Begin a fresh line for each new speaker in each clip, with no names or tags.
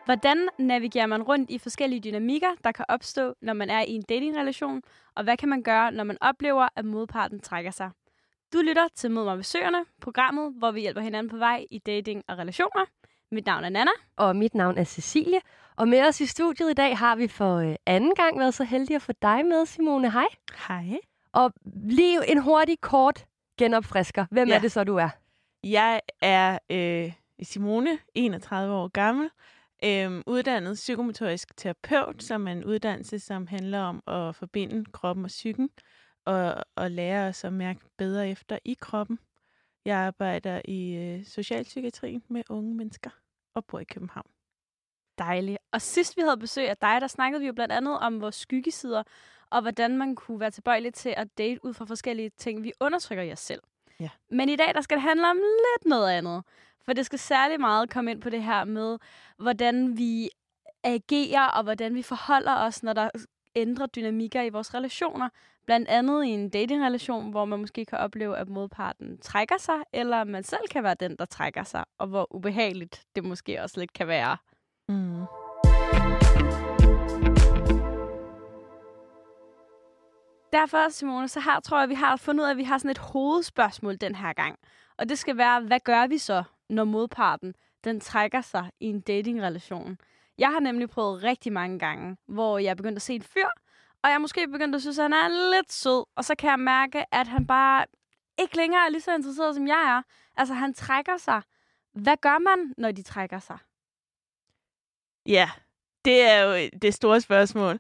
Hvordan navigerer man rundt i forskellige dynamikker, der kan opstå, når man er i en datingrelation? Og hvad kan man gøre, når man oplever, at modparten trækker sig? Du lytter til Mød mig ved Søerne, programmet, hvor vi hjælper hinanden på vej i dating og relationer. Mit navn er Nana.
Og mit navn er Cecilie. Og med os i studiet i dag har vi for anden gang været så heldige at få dig med, Simone. Hej.
Hej.
Og lige en hurtig, kort genopfrisker. Hvem er det så, du er?
Jeg er Simone, 31 år gammel, uddannet psykomotorisk terapeut, som er en uddannelse, som handler om at forbinde kroppen og psyken, og lære os at mærke bedre efter i kroppen. Jeg arbejder i socialpsykiatrien med unge mennesker og bor i København.
Dejligt. Og sidst vi havde besøg af dig, der snakkede vi jo blandt andet om vores skyggesider, og hvordan man kunne være tilbøjelig til at date ud fra forskellige ting, vi undertrykker i os selv.
Ja.
Men i dag, der skal det handle om lidt noget andet. For det skal særlig meget komme ind på det her med, hvordan vi agerer, og hvordan vi forholder os, når der ændrer dynamikker i vores relationer. Blandt andet i en datingrelation, hvor man måske kan opleve, at modparten trækker sig, eller man selv kan være den, der trækker sig, og hvor ubehageligt det måske også lidt kan være.
Mm.
Derfor, Simone, tror jeg, vi har fundet ud af, at vi har sådan et hovedspørgsmål den her gang. Og det skal være, hvad gør vi så, når modparten den trækker sig i en datingrelation? Jeg har nemlig prøvet rigtig mange gange, hvor jeg er begyndt at se en fyr, og jeg er måske begyndt at synes, at han er lidt sød, og så kan jeg mærke, at han bare ikke længere er lige så interesseret, som jeg er. Altså, han trækker sig. Hvad gør man, når de trækker sig?
Ja, det er jo det store spørgsmål.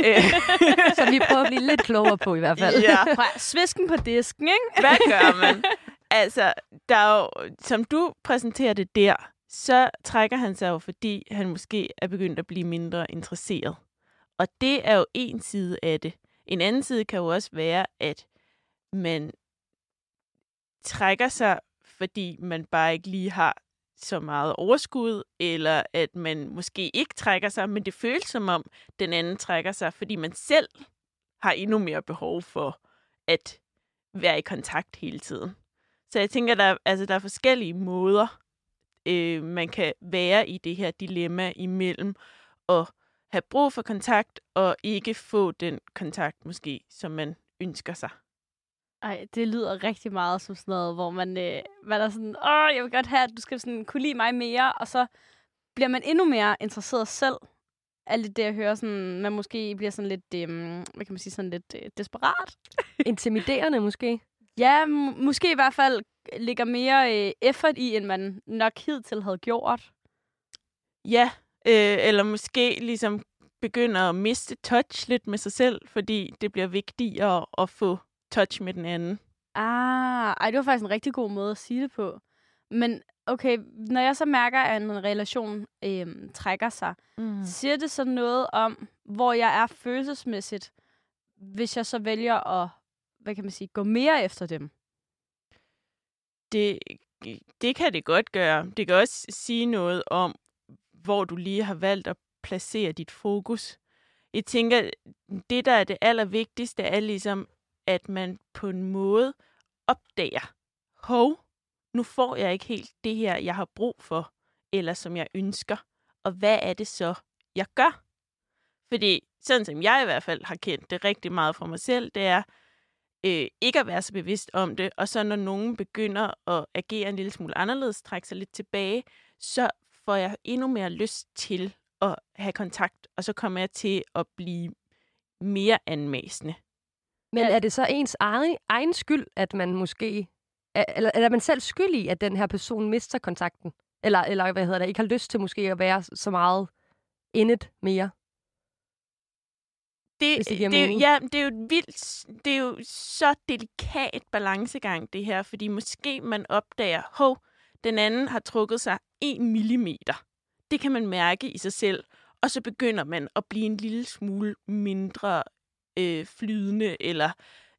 Så vi prøver at blive lidt klogere på i hvert fald.
Ja.
Svisken på disken, ikke?
Hvad gør man? Altså, der er jo, som du præsenterer det der, så trækker han sig jo, fordi han måske er begyndt at blive mindre interesseret. Og det er jo en side af det. En anden side kan jo også være, at man trækker sig, fordi man bare ikke lige har så meget overskud, eller at man måske ikke trækker sig, men det føles som om, den anden trækker sig, fordi man selv har endnu mere behov for at være i kontakt hele tiden. Så jeg tænker, der er forskellige måder, man kan være i det her dilemma imellem at have brug for kontakt, og ikke få den kontakt måske, som man ønsker sig.
Ej, det lyder rigtig meget som sådan noget, hvor man er sådan, jeg vil godt have, at du skal sådan kunne lide mig mere, og så bliver man endnu mere interesseret selv. Alt det, jeg hører, sådan, man måske bliver sådan lidt, hvad kan man sige, sådan lidt desperat.
Intimiderende måske?
Ja, måske i hvert fald ligger mere effort i, end man nok hidtil havde gjort.
Ja, eller måske ligesom begynder at miste touch lidt med sig selv, fordi det bliver vigtigere at få touch med den anden.
Det var faktisk en rigtig god måde at sige det på. Men okay, når jeg så mærker, at en relation trækker sig, siger det så noget om, hvor jeg er følelsesmæssigt, hvis jeg så vælger at, hvad kan man sige, gå mere efter dem?
Det kan det godt gøre. Det kan også sige noget om, hvor du lige har valgt at placere dit fokus. Jeg tænker, det der er det allervigtigste, er ligesom, at man på en måde opdager, nu får jeg ikke helt det her, jeg har brug for, eller som jeg ønsker. Og hvad er det så, jeg gør? Fordi sådan som jeg i hvert fald har kendt det rigtig meget for mig selv, det er ikke at være så bevidst om det. Og så når nogen begynder at agere en lille smule anderledes, trække sig lidt tilbage, så får jeg endnu mere lyst til at have kontakt, og så kommer jeg til at blive mere anmæsende.
Men er det så ens egen skyld, at man måske... Eller er man selv skyld i, at den her person mister kontakten? Eller ikke har lyst til måske at være så meget indet mere?
Det er jo det er jo så delikat balancegang, det her, fordi måske man opdager, den anden har trukket sig 1 millimeter. Det kan man mærke i sig selv, og så begynder man at blive en lille smule mindre flydende eller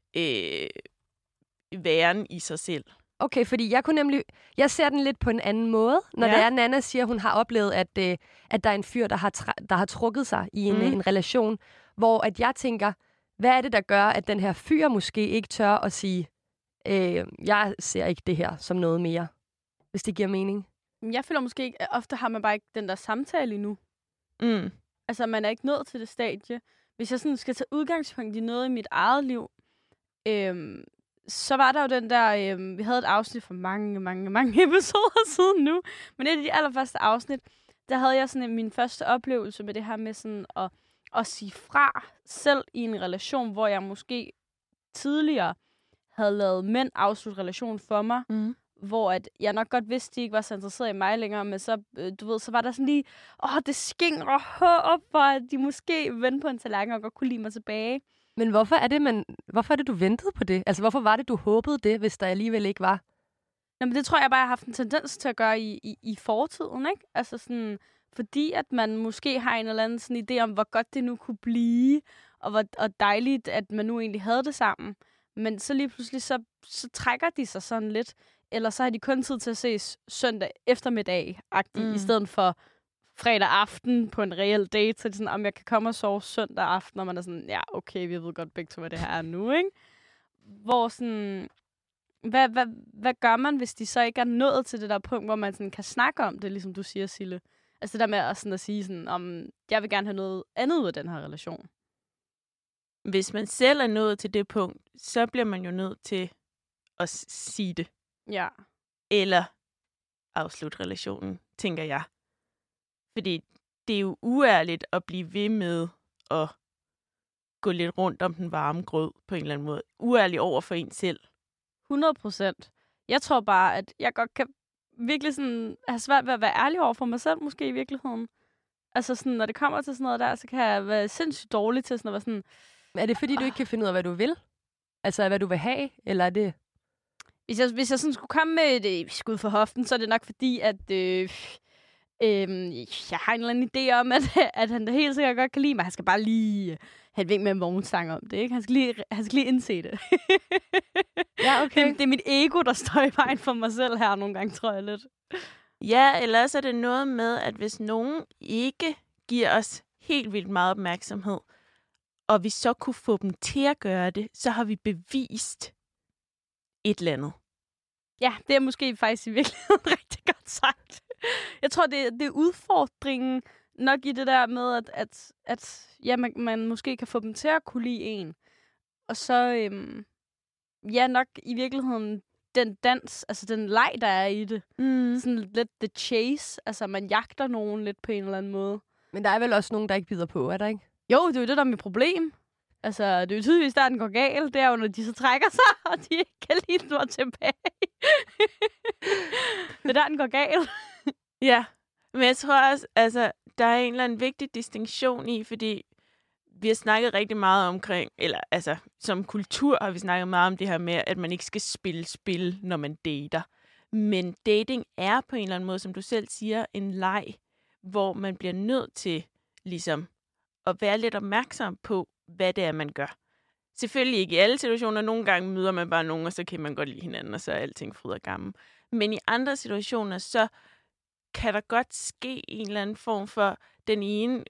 væren i sig selv.
Okay, fordi jeg ser den lidt på en anden måde, når det er, Nana siger, hun har oplevet, at der er en fyr, der har trukket sig i en relation, hvor at jeg tænker, hvad er det, der gør, at den her fyr måske ikke tør at sige, jeg ser ikke det her som noget mere, hvis det giver mening?
Jeg føler måske ikke, at ofte har man bare ikke den der samtale endnu. Altså, man er ikke nået til det stadie. Hvis jeg sådan skal tage udgangspunkt i noget i mit eget liv, så var der jo den der, vi havde et afsnit for mange episoder siden nu, men et af de allerførste afsnit, der havde jeg sådan min første oplevelse med det her med sådan at sige fra selv i en relation, hvor jeg måske tidligere havde lavet mænd afslutte relationen for mig, hvor at jeg nok godt vidste, at de ikke var så interesseret i mig længere, men så, du ved, så var der sådan lige, det skingrer håb for, at de måske vendte på en tallerken og godt kunne lide mig tilbage.
Men hvorfor er det, du ventede på det? Altså, hvorfor var det, du håbede det, hvis der alligevel ikke var?
Jamen, det tror jeg bare, jeg har haft en tendens til at gøre i fortiden, ikke? Altså sådan, fordi at man måske har en eller anden sådan idé om, hvor godt det nu kunne blive, og dejligt, at man nu egentlig havde det sammen. Men så lige pludselig, så trækker de sig sådan lidt, eller så har de kun tid til at ses søndag eftermiddag-agtigt, i stedet for fredag aften på en reel date, så det er sådan, om jeg kan komme og sove søndag aften, når man er sådan, ja, okay, vi ved godt begge to, hvad det her er nu, ikke? Hvor sådan, hvad gør man, hvis de så ikke er nået til det der punkt, hvor man sådan kan snakke om det, ligesom du siger, Sille? Altså det der med at sige sådan, om jeg vil gerne have noget andet ud af den her relation.
Hvis man selv er nået til det punkt, så bliver man jo nødt til at sige det.
Ja.
Eller afslutte relationen, tænker jeg. Fordi det er jo uærligt at blive ved med at gå lidt rundt om den varme grød på en eller anden måde. Uærligt over for en selv.
100%. Jeg tror bare, at jeg godt kan virkelig sådan have svært ved at være ærlig over for mig selv, måske i virkeligheden. Altså sådan, når det kommer til sådan noget der, så kan jeg være sindssygt dårlig til sådan at være sådan...
Er det fordi, du ikke kan finde ud af, hvad du vil? Altså, hvad du vil have? Eller er det...
Hvis jeg sådan skulle komme med et skud for hoften, så er det nok fordi, at jeg har en eller anden idé om, at han da helt sikkert godt kan lide mig. Han skal bare lige have et vink med en vognstang om det, ikke? Han skal lige indse det.
Ja, okay.
Det er mit ego, der står i vejen for mig selv her nogle gange, tror jeg lidt.
Ja, ellers er det noget med, at hvis nogen ikke giver os helt vildt meget opmærksomhed, og vi så kunne få dem til at gøre det, så har vi bevist et eller andet.
Ja, det er måske faktisk i virkeligheden rigtig godt sagt. Jeg tror, det er udfordringen nok i det der med, at ja, man måske kan få dem til at kunne lide en. Og så, nok i virkeligheden den dans, altså den leg, der er i det. Sådan lidt the chase. Altså, man jagter nogen lidt på en eller anden måde.
Men der er vel også nogen, der ikke bider på, er der ikke?
Jo, det er jo det, der er mit problem. Altså, det er jo tydeligvis, der den går galt. Det er jo, når de så trækker sig, og de ikke kan lide noget tilbage. Det er der, den går galt.
Ja, men jeg tror også, altså, der er en eller anden vigtig distinktion i, fordi vi har snakket rigtig meget omkring, eller altså, som kultur har vi snakket meget om det her med, at man ikke skal spille spil, når man dater. Men dating er på en eller anden måde, som du selv siger, en leg, hvor man bliver nødt til, ligesom, at være lidt opmærksom på, hvad det er, man gør. Selvfølgelig ikke i alle situationer. Nogle gange møder man bare nogen, og så kan man godt lide hinanden, og så er alting fryd og gammel. Men i andre situationer, så kan der godt ske en eller anden form for, den ene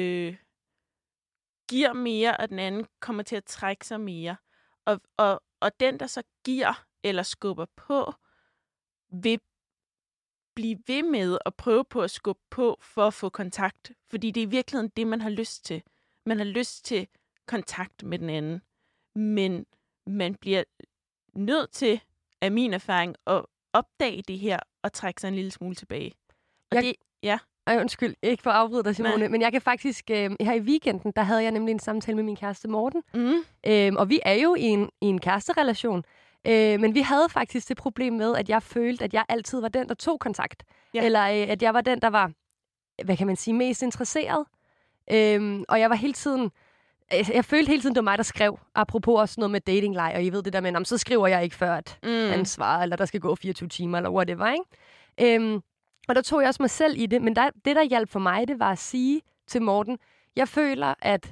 giver mere, og den anden kommer til at trække sig mere. Og den, der så giver eller skubber på, vil blive ved med at prøve på at skubbe på for at få kontakt. Fordi det er i virkeligheden det, man har lyst til. Man har lyst til kontakt med den anden. Men man bliver nødt til, af min erfaring, at opdage det her og trække sig en lille smule tilbage. Og
Undskyld, ikke for at afbryde dig, Simone, men jeg kan faktisk, her i weekenden, der havde jeg nemlig en samtale med min kæreste Morten. Og vi er jo i en kæresterelation. Men vi havde faktisk det problem med, at jeg følte, at jeg altid var den, der tog kontakt. Ja. Eller at jeg var den, der var, hvad kan man sige, mest interesseret. Og jeg var hele tiden... Jeg følte hele tiden, det var mig, der skrev, apropos også noget med dating-leg, og I ved det der med, så skriver jeg ikke før, at han svarer, eller der skal gå 24 timer, eller whatever, ikke? Og der tog jeg også mig selv i det, men det, der hjalp for mig, det var at sige til Morten, jeg føler,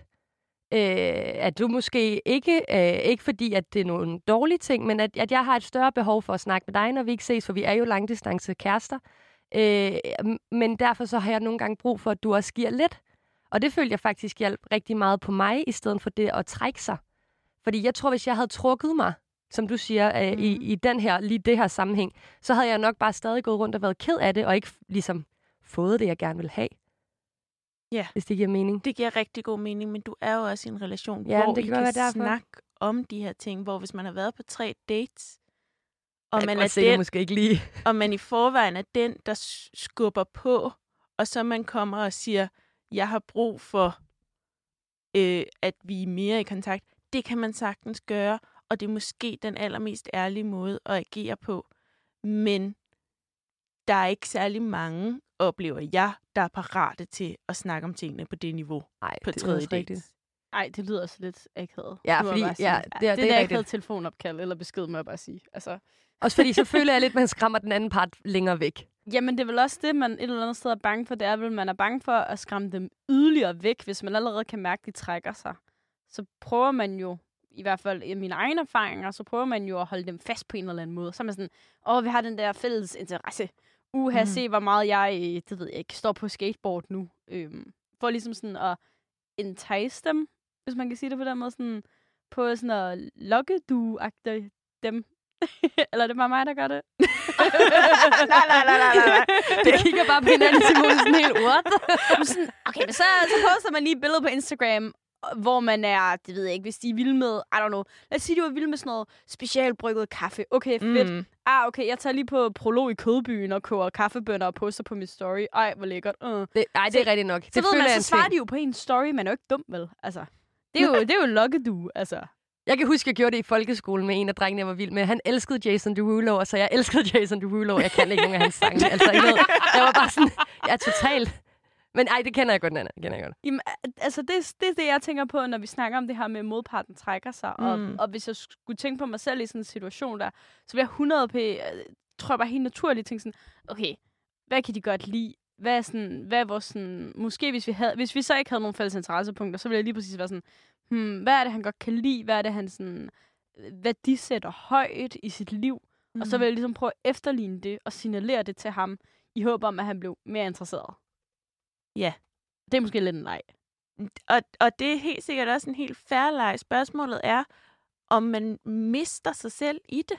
at du måske ikke fordi, at det er nogle dårlige ting, men at jeg har et større behov for at snakke med dig, når vi ikke ses, for vi er jo langdistance kærester. Men derfor så har jeg nogle gange brug for, at du også giver lidt. Og det følte jeg faktisk hjalp rigtig meget på mig, i stedet for det at trække sig. Fordi jeg tror, hvis jeg havde trukket mig, som du siger, i lige det her sammenhæng, så havde jeg nok bare stadig gået rundt og været ked af det, og ikke ligesom fået det, jeg gerne ville have.
Ja.
Hvis det giver mening.
Det giver rigtig god mening, men du er jo også i en relation,
Ja,
hvor
det
I
kan
kan
være
snakke om de her ting, hvor hvis man har været på 3 dates, og
Jeg
man
kan
er
godt se det
den,
måske ikke lige.
og man i forvejen er den, der skubber på, og så man kommer og siger, jeg har brug for, at vi er mere i kontakt. Det kan man sagtens gøre, og det er måske den allermest ærlige måde at agere på. Men der er ikke særlig mange, oplever jeg, der er parate til at snakke om tingene på det niveau.
Nej,
På
det er
tredje
også
date.
rigtigt.
Ej, det lyder også lidt akavet.
Ja,
må jeg
fordi
bare sige.
det er
det er
rigtigt.
akavet telefonopkald eller besked, må jeg bare sige. Altså,
Også fordi så føler jeg lidt, at man skræmmer den anden part længere væk.
jamen, det er vel også det, man et eller andet sted er bange for. Det er vel, man er bange for at skræmme dem yderligere væk, hvis man allerede kan mærke, at de trækker sig. Så prøver man jo, i hvert fald i mine egne erfaringer, så prøver man jo at holde dem fast på en eller anden måde. Så er man sådan, vi har den der fælles interesse. Se hvor meget jeg, det ved jeg ikke, står på skateboard nu. For ligesom sådan at entice dem, hvis man kan sige det på den måde, sådan på sådan at lokke du-agte dem. Eller er det bare mig, der gør det?
nej.
Det kigger bare på hinanden, Simone, sådan helt what?
Sådan, okay, men så poster man lige et billede på Instagram, hvor man er, det ved jeg ikke, hvis de er vilde med, I don't know, lad os sige, de var vilde med sådan noget specialbrygget kaffe. Okay, fedt. Okay, jeg tager lige på Prolog i Kødbyen og koger kaffebønner og poster på min story. Ej, hvor lækkert.
Det er rigtigt nok.
Så
det
ved man, så svarer de jo på en story, man er jo ikke dum, vel? Altså, det er jo lokkedue, altså.
Jeg kan huske, jeg gjorde det i folkeskolen med en af drengene, jeg var vild med. Han elskede Jason Derulo, og så jeg elskede Jason Derulo. Jeg kan ikke nogen af hans sange. Altså, ikke noget. Jeg var bare sådan, jeg er totalt... Men ej, det kender jeg godt, Nana.
Jamen, altså, det er det, jeg tænker på, når vi snakker om det her med, at modparten trækker sig. Og hvis jeg skulle tænke på mig selv i sådan en situation der, så vil jeg tror jeg bare helt naturligt tænke sådan, okay, hvad kan de godt lide? Hvad er vores sådan... Måske hvis vi så ikke havde nogen fælles interessepunkter, så ville jeg lige præcis være sådan, hvad er det, han godt kan lide? Hvad er det, han sådan værdisætter højt i sit liv? Og så vil jeg ligesom prøve at efterligne det og signalere det til ham, i håb om, at han blev mere interesseret.
Ja.
Det er måske lidt en leg.
Og det er helt sikkert også en helt fair leg. Spørgsmålet er, om man mister sig selv i det.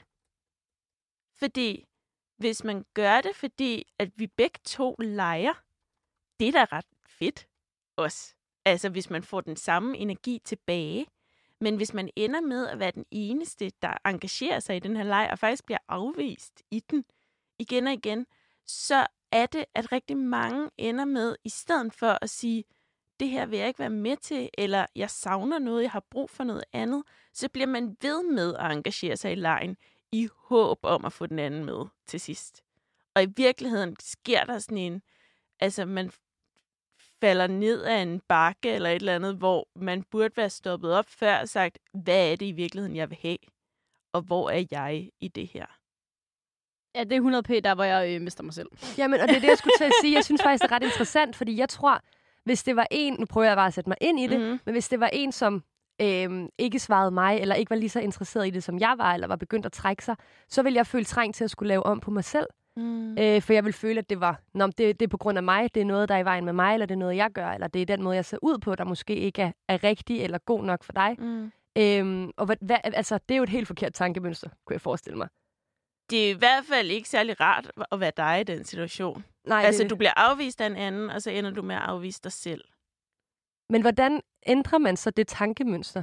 Fordi hvis man gør det, fordi at vi begge to leger, det er da ret fedt også. Altså hvis man får den samme energi tilbage. Men hvis man ender med at være den eneste, der engagerer sig i den her leg, og faktisk bliver afvist i den igen og igen, så er det, at rigtig mange ender med, i stedet for at sige, det her vil jeg ikke være med til, eller jeg savner noget, jeg har brug for noget andet, så bliver man ved med at engagere sig i legen, i håb om at få den anden med til sidst. Og i virkeligheden sker der sådan en, altså man falder ned af en bakke eller et eller andet, hvor man burde være stoppet op før og sagt, hvad er det i virkeligheden, jeg vil have? Og hvor er jeg i det her?
Ja, det er 100p, der hvor jeg mister mig selv.
Jamen, og det er det, jeg skulle til at sige. Jeg synes faktisk, det er ret interessant, fordi jeg tror, hvis det var en, nu prøver jeg bare at sætte mig ind i det, men hvis det var en, som ikke svarede mig, eller ikke var lige så interesseret i det, som jeg var, eller var begyndt at trække sig, så ville jeg føle trang til at skulle lave om på mig selv. For jeg ville føle, at det var, det er på grund af mig, det er noget, der er i vejen med mig, eller det er noget, jeg gør, eller det er den måde, jeg ser ud på, der måske ikke er rigtig eller god nok for dig. Og altså, det er jo et helt forkert tankemønster, kunne jeg forestille mig.
Det er i hvert fald ikke særlig rart at være dig i den situation.
Nej,
altså, du bliver afvist af en anden, og så ender du med at afvise dig selv.
Men hvordan ændrer man så det tankemønster?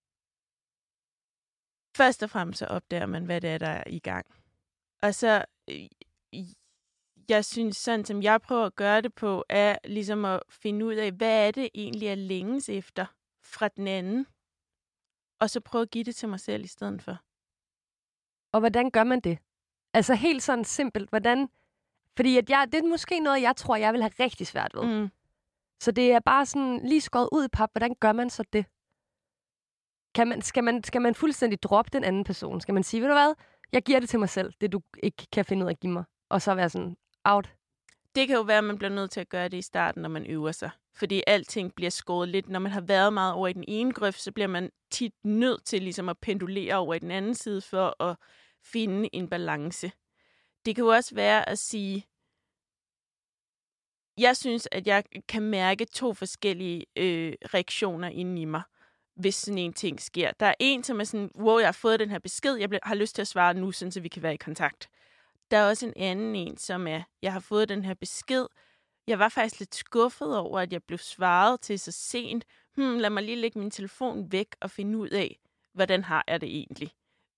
Først og fremmest så opdager man, hvad det er, der er i gang. Og så, jeg synes, sådan som jeg prøver at gøre det på, er ligesom at finde ud af, hvad er det egentlig, jeg længes efter fra den anden. Og så prøve at give det til mig selv i stedet for.
Og hvordan gør man det? Altså helt sådan simpelt, hvordan... Fordi det er måske noget, jeg tror, jeg vil have rigtig svært ved. Så det er bare sådan lige skåret ud i pap. Hvordan gør man så det? Skal man fuldstændig droppe den anden person? Skal man sige, ved du hvad? Jeg giver det til mig selv, det du ikke kan finde ud af at give mig. Og så være sådan, out.
Det kan jo være, at man bliver nødt til at gøre det i starten, når man øver sig. Fordi alting bliver skåret lidt. Når man har været meget over i den ene grøft, så bliver man tit nødt til ligesom at pendulere over i den anden side for at finde en balance. Det kan jo også være at sige, jeg synes, at jeg kan mærke 2 forskellige reaktioner inden i mig, hvis sådan en ting sker. Der er en, som er sådan, wow, jeg har fået den her besked, jeg har lyst til at svare nu, så vi kan være i kontakt. Der er også en anden en, som er, jeg har fået den her besked, Jeg var faktisk lidt skuffet over, at jeg blev svaret til så sent. Lad mig lige lægge min telefon væk og finde ud af, hvordan har jeg det egentlig.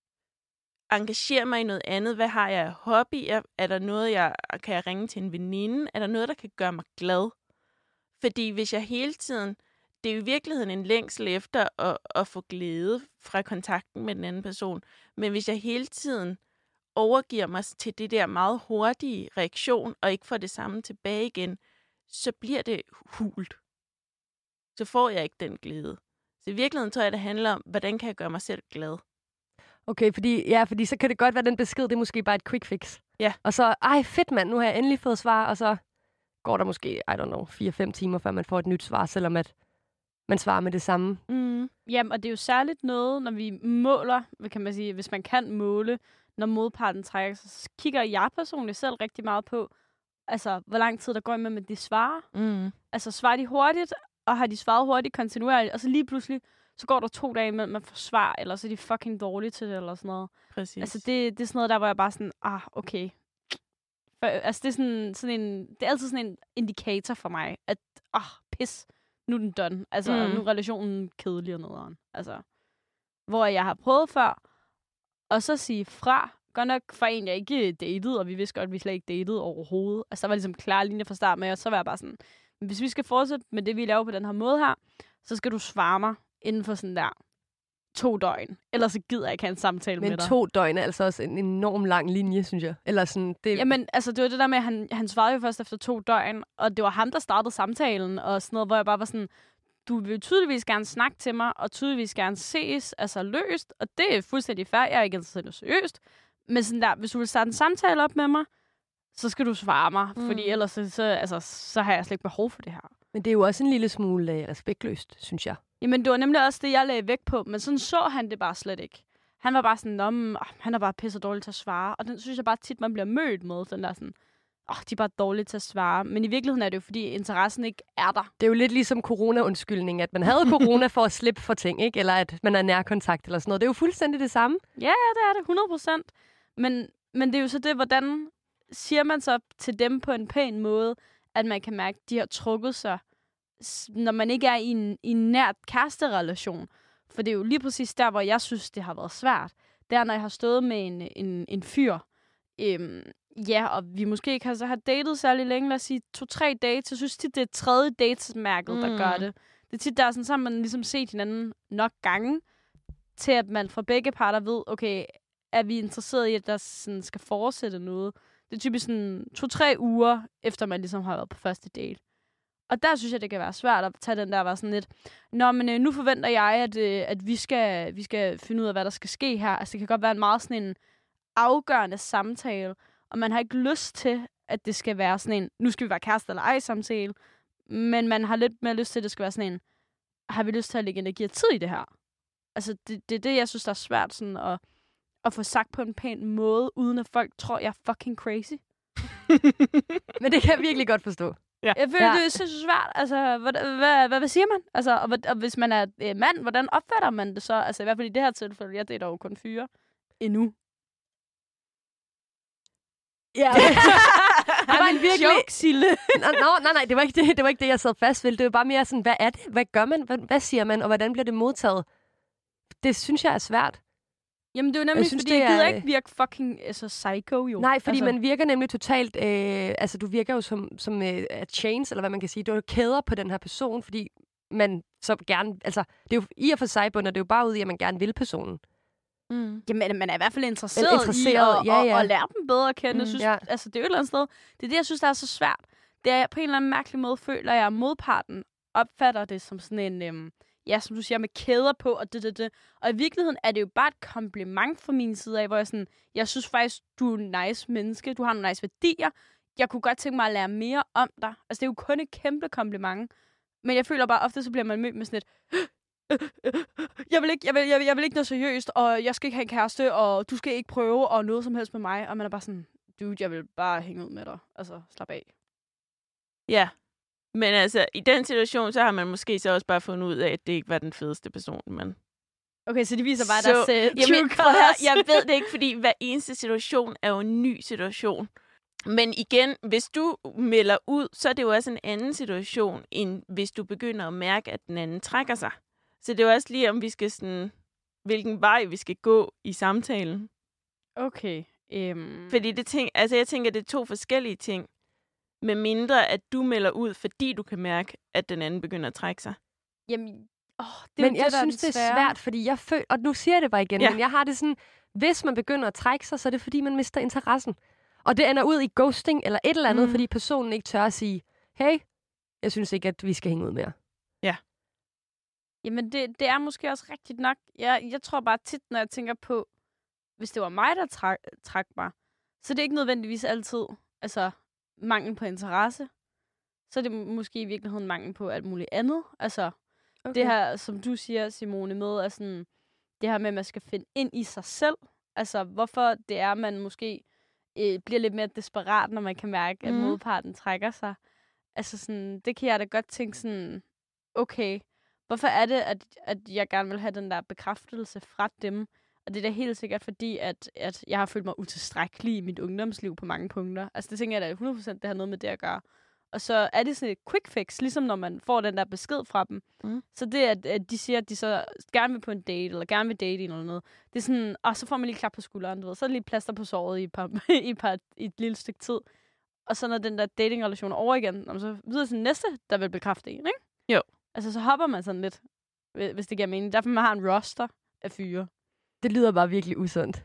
Engagere mig i noget andet. Hvad har jeg af hobbyer? Er der noget, kan jeg ringe til en veninde? Er der noget, der kan gøre mig glad? Fordi hvis jeg hele tiden... Det er jo i virkeligheden en længsel efter at få glæde fra kontakten med den anden person. Men hvis jeg hele tiden overgiver mig til det der meget hurtige reaktion, og ikke får det samme tilbage igen, så bliver det hult. Så får jeg ikke den glæde. Så i virkeligheden tror jeg, det handler om, hvordan kan jeg gøre mig selv glad?
Okay, fordi så kan det godt være, den besked, det er måske bare et quick fix.
Ja.
Og så, fedt mand, nu har jeg endelig fået svar, og så går der måske, 4-5 timer, før man får et nyt svar, selvom at man svarer med det samme.
Jamen, og det er jo særligt noget, når vi måler, kan man sige, hvis man kan måle, når modparten trækker sig, så kigger jeg personligt selv rigtig meget på, altså, hvor lang tid der går imellem, at de svarer. Altså, svarer de hurtigt, og har de svaret hurtigt kontinuerligt, og så lige pludselig, så går der 2 dage imellem, man får svar, eller så er de fucking dårlige til det, eller sådan noget.
Præcis.
Altså, det er sådan noget, der hvor jeg bare sådan, okay. For, altså, det er altid sådan en indikator for mig, at, pis, nu er den done. Altså, nu er relationen kedelig og nederen. Altså, hvor jeg har prøvet før, og så sige fra, godt nok for en, jeg ikke datede, og vi vidste godt, at vi slet ikke datede overhovedet. Altså, der var ligesom klar linje fra start med, og så var jeg bare sådan, hvis vi skal fortsætte med det, vi laver på den her måde her, så skal du svare mig inden for sådan der 2 døgn. Ellers så gider jeg ikke have en samtale med dig.
Men 2 døgn er altså også en enorm lang linje, synes jeg. Eller sådan, det...
Jamen, altså, det var det der med, at han svarede jo først efter 2 døgn, og det var ham, der startede samtalen, og sådan noget, hvor jeg bare var sådan, du vil tydeligvis gerne snakke til mig, og tydeligvis gerne ses, altså løst, og det er fuldstændig fair, jeg er ikke interesseret i seriøst, men sådan der, hvis du vil starte en samtale op med mig, så skal du svare mig, fordi ellers så har jeg slet ikke behov for det her.
Men det er jo også en lille smule respektløst, synes jeg.
Jamen, det var nemlig også det, jeg lagde vægt på, men sådan så han det bare slet ikke. Han var bare sådan, han er bare pisse dårlig til at svare, og den synes jeg bare tit, man bliver mødt med, den der sådan, de er bare dårlige til at svare. Men i virkeligheden er det jo, fordi interessen ikke er der.
Det er jo lidt ligesom corona-undskyldning, at man havde corona for at slippe for ting, ikke? Eller at man er nærkontakt eller sådan noget. Det er jo fuldstændig det samme.
Ja, det er det, 100%. Men det er jo så det, hvordan siger man så til dem på en pæn måde, at man kan mærke, at de har trukket sig, når man ikke er i en nært kæresterelation. For det er jo lige præcis der, hvor jeg synes, det har været svært. Det er, når jeg har stået med en fyr, og vi måske ikke har datet særlig længe, lad os sige 2-3 dates. Jeg synes tit, det er 3. datesmærket, der gør det. Det er tit, der er sådan, så har man ligesom set hinanden nok gange, til at man fra begge parter ved, okay, er vi interesseret i, at der sådan skal fortsætte noget. Det er typisk sådan 2-3 uger, efter man ligesom har været på første date. Og der synes jeg, det kan være svært at tage den der, var sådan lidt, men nu forventer jeg, at vi skal finde ud af, hvad der skal ske her. Altså, det kan godt være en meget sådan en afgørende samtale, og man har ikke lyst til, at det skal være sådan en, nu skal vi være kærester eller ej samtale, men man har lidt mere lyst til, at det skal være sådan en, har vi lyst til at lægge energi og tid i det her? Altså, det er det, jeg synes, der er svært sådan at få sagt på en pæn måde, uden at folk tror, jeg er fucking crazy.
Men det kan jeg virkelig godt forstå.
Ja. Jeg føler, det er så svært. Altså, hvad siger man? Altså, og hvis man er mand, hvordan opfatter man det så? Altså, i hvert fald i det her tilfælde, jeg dater jo kun fyre endnu.
Ja.
Det var en virkelig joke, Sille.
Nej, det var ikke det, jeg sad fast ved. Det var bare mere sådan, hvad er det? Hvad gør man? Hvad siger man? Og hvordan bliver det modtaget? Det synes jeg er svært.
Jamen, det er jo nemlig, fordi jeg gider ikke virke fucking psycho, jo.
Nej, fordi man virker nemlig totalt... du virker jo som chains, eller hvad man kan sige. Du er kæder på den her person, fordi man så gerne... Altså, det er jo i og for sig bunder, det er jo bare ud i, at man gerne vil personen.
Jamen, man er i hvert fald interesseret i at lære dem bedre at kende. Synes, altså, det er jo et eller andet sted. Det er det, jeg synes, der er så svært. Det er på en eller anden mærkelig måde, føler jeg, at modparten opfatter det som sådan en... som du siger, med kæder på, og det. Og i virkeligheden er det jo bare et kompliment fra min side af, hvor jeg synes faktisk, du er en nice menneske, du har nogle nice værdier, jeg kunne godt tænke mig at lære mere om dig. Altså, det er jo kun et kæmpe kompliment. Men jeg føler bare, ofte så bliver man mødt med sådan et, jeg vil ikke noget seriøst, og jeg skal ikke have en kæreste, og du skal ikke prøve, og noget som helst med mig. Og man er bare sådan, dude, jeg vil bare hænge ud med dig. Altså, slap af.
Ja. Men altså, i den situation, så har man måske så også bare fundet ud af, at det ikke var den fedeste person, men...
Okay, så de viser bare deres
true colors. Jeg ved det ikke, fordi hver eneste situation er jo en ny situation. Men igen, hvis du melder ud, så er det jo også en anden situation, end hvis du begynder at mærke, at den anden trækker sig. Så det er jo også lige, om vi skal sådan, hvilken vej vi skal gå i samtalen.
Okay.
Fordi jeg tænker, det er 2 forskellige ting. Med mindre, at du melder ud, fordi du kan mærke, at den anden begynder at trække sig.
Jamen,
men jeg synes, det er svært, fordi jeg føler, og nu siger jeg det bare igen, men jeg har det sådan, hvis man begynder at trække sig, så er det fordi, man mister interessen. Og det ender ud i ghosting eller et eller andet, fordi personen ikke tør at sige, hey, jeg synes ikke, at vi skal hænge ud mere.
Ja.
Jamen, det er måske også rigtigt nok. Jeg tror bare tit, når jeg tænker på, hvis det var mig, der trak mig, så det er ikke nødvendigvis altid mangel på interesse. Så er det måske i virkeligheden mangel på alt muligt andet. Altså, det her, som du siger, Simone, med er sådan, det her med, at man skal finde ind i sig selv. Altså, hvorfor det er, man måske bliver lidt mere desperat, når man kan mærke, at modparten trækker sig. Altså, sådan, det kan jeg da godt tænke sådan, okay, hvorfor er det, at jeg gerne vil have den der bekræftelse fra dem? Og det er da helt sikkert, fordi at jeg har følt mig utilstrækkelig i mit ungdomsliv på mange punkter. Altså, det tænker jeg da 100% det har noget med det at gøre. Og så er det sådan et quick fix, ligesom når man får den der besked fra dem. Så det, at de siger, at de så gerne vil på en date, eller gerne vil date eller noget, det er sådan, og så får man lige klap på skulderen, du ved. Så er det lige plaster på såret i et lille stykke tid. Og så når den der datingrelation er over igen, så videre til næste, der vil bekræfte en, ikke?
Jo. Altså,
så hopper man sådan lidt, hvis det giver mening. Derfor man har en roster af fyre.
Det lyder bare virkelig usundt.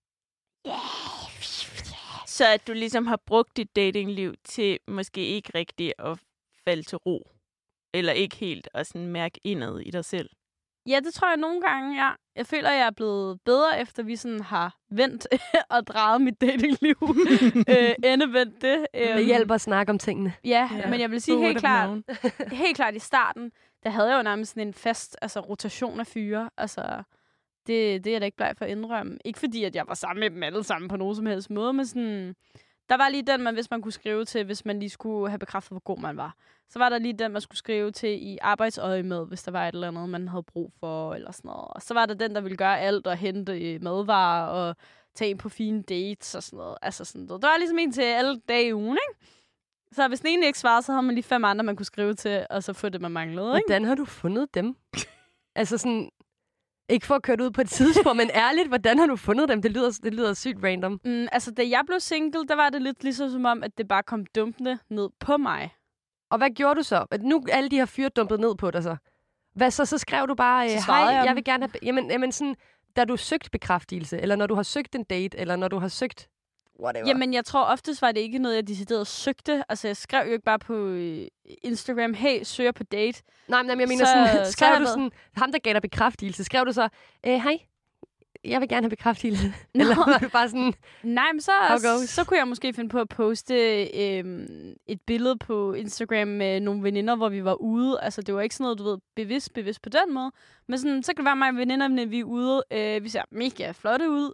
Så at du ligesom har brugt dit datingliv til måske ikke rigtig at falde til ro. Eller ikke helt at sådan mærke indad i dig selv.
Ja, det tror jeg nogle gange, ja. Jeg føler, jeg er blevet bedre, efter vi sådan har vendt og drejet mit datingliv. Endevendt det.
Det hjælper at snakke om tingene.
Ja, men jeg vil sige helt klart i starten, der havde jeg jo nærmest sådan en fast rotation af fyre. Altså, det er jeg da ikke bleg for at indrømme. Ikke fordi, at jeg var sammen med dem alle sammen på nogen som helst måde, men sådan, der var lige den, hvis man kunne skrive til, hvis man lige skulle have bekræftet, hvor god man var. Så var der lige den, man skulle skrive til i arbejdsøje med, hvis der var et eller andet, man havde brug for, eller sådan noget. Og så var der den, der ville gøre alt og hente madvarer og tage ind på fine dates og sådan noget. Altså sådan noget. Der var ligesom en til alle dage i ugen, ikke? Så hvis den ene ikke svarede, så havde man lige 5 andre, man kunne skrive til, og så få det, man manglede, ikke?
Hvordan har du fundet dem? Altså sådan, ikke for at køre det ud på et tidsspor, men ærligt, hvordan har du fundet dem? Det lyder sygt random.
Altså, da jeg blev single, der var det lidt ligesom som om, at det bare kom dumpende ned på mig.
Og hvad gjorde du så? Nu alle de her fyre dumpet ned på dig så. Hvad så? Så skrev du bare, hej, jeg vil gerne have... Jamen sådan, da du søgt bekræftelse, eller når du har søgt en date, eller når du har søgt whatever.
Jamen, jeg tror oftest var det ikke noget, jeg decideret søgte. Altså, jeg skrev jo ikke bare på Instagram, hey, søger på date.
Nej, men jeg mener sådan, skrev du sådan, ham der gav dig bekræftelse, skrev du så, hej, jeg vil gerne have bekræftelse. Eller var du bare sådan...
Nej, men så kunne jeg måske finde på at poste et billede på Instagram med nogle veninder, hvor vi var ude. Altså, det var ikke sådan noget, du ved, bevidst på den måde. Men sådan, så kan det være mig og veninderne, vi er ude. Vi ser mega flotte ud.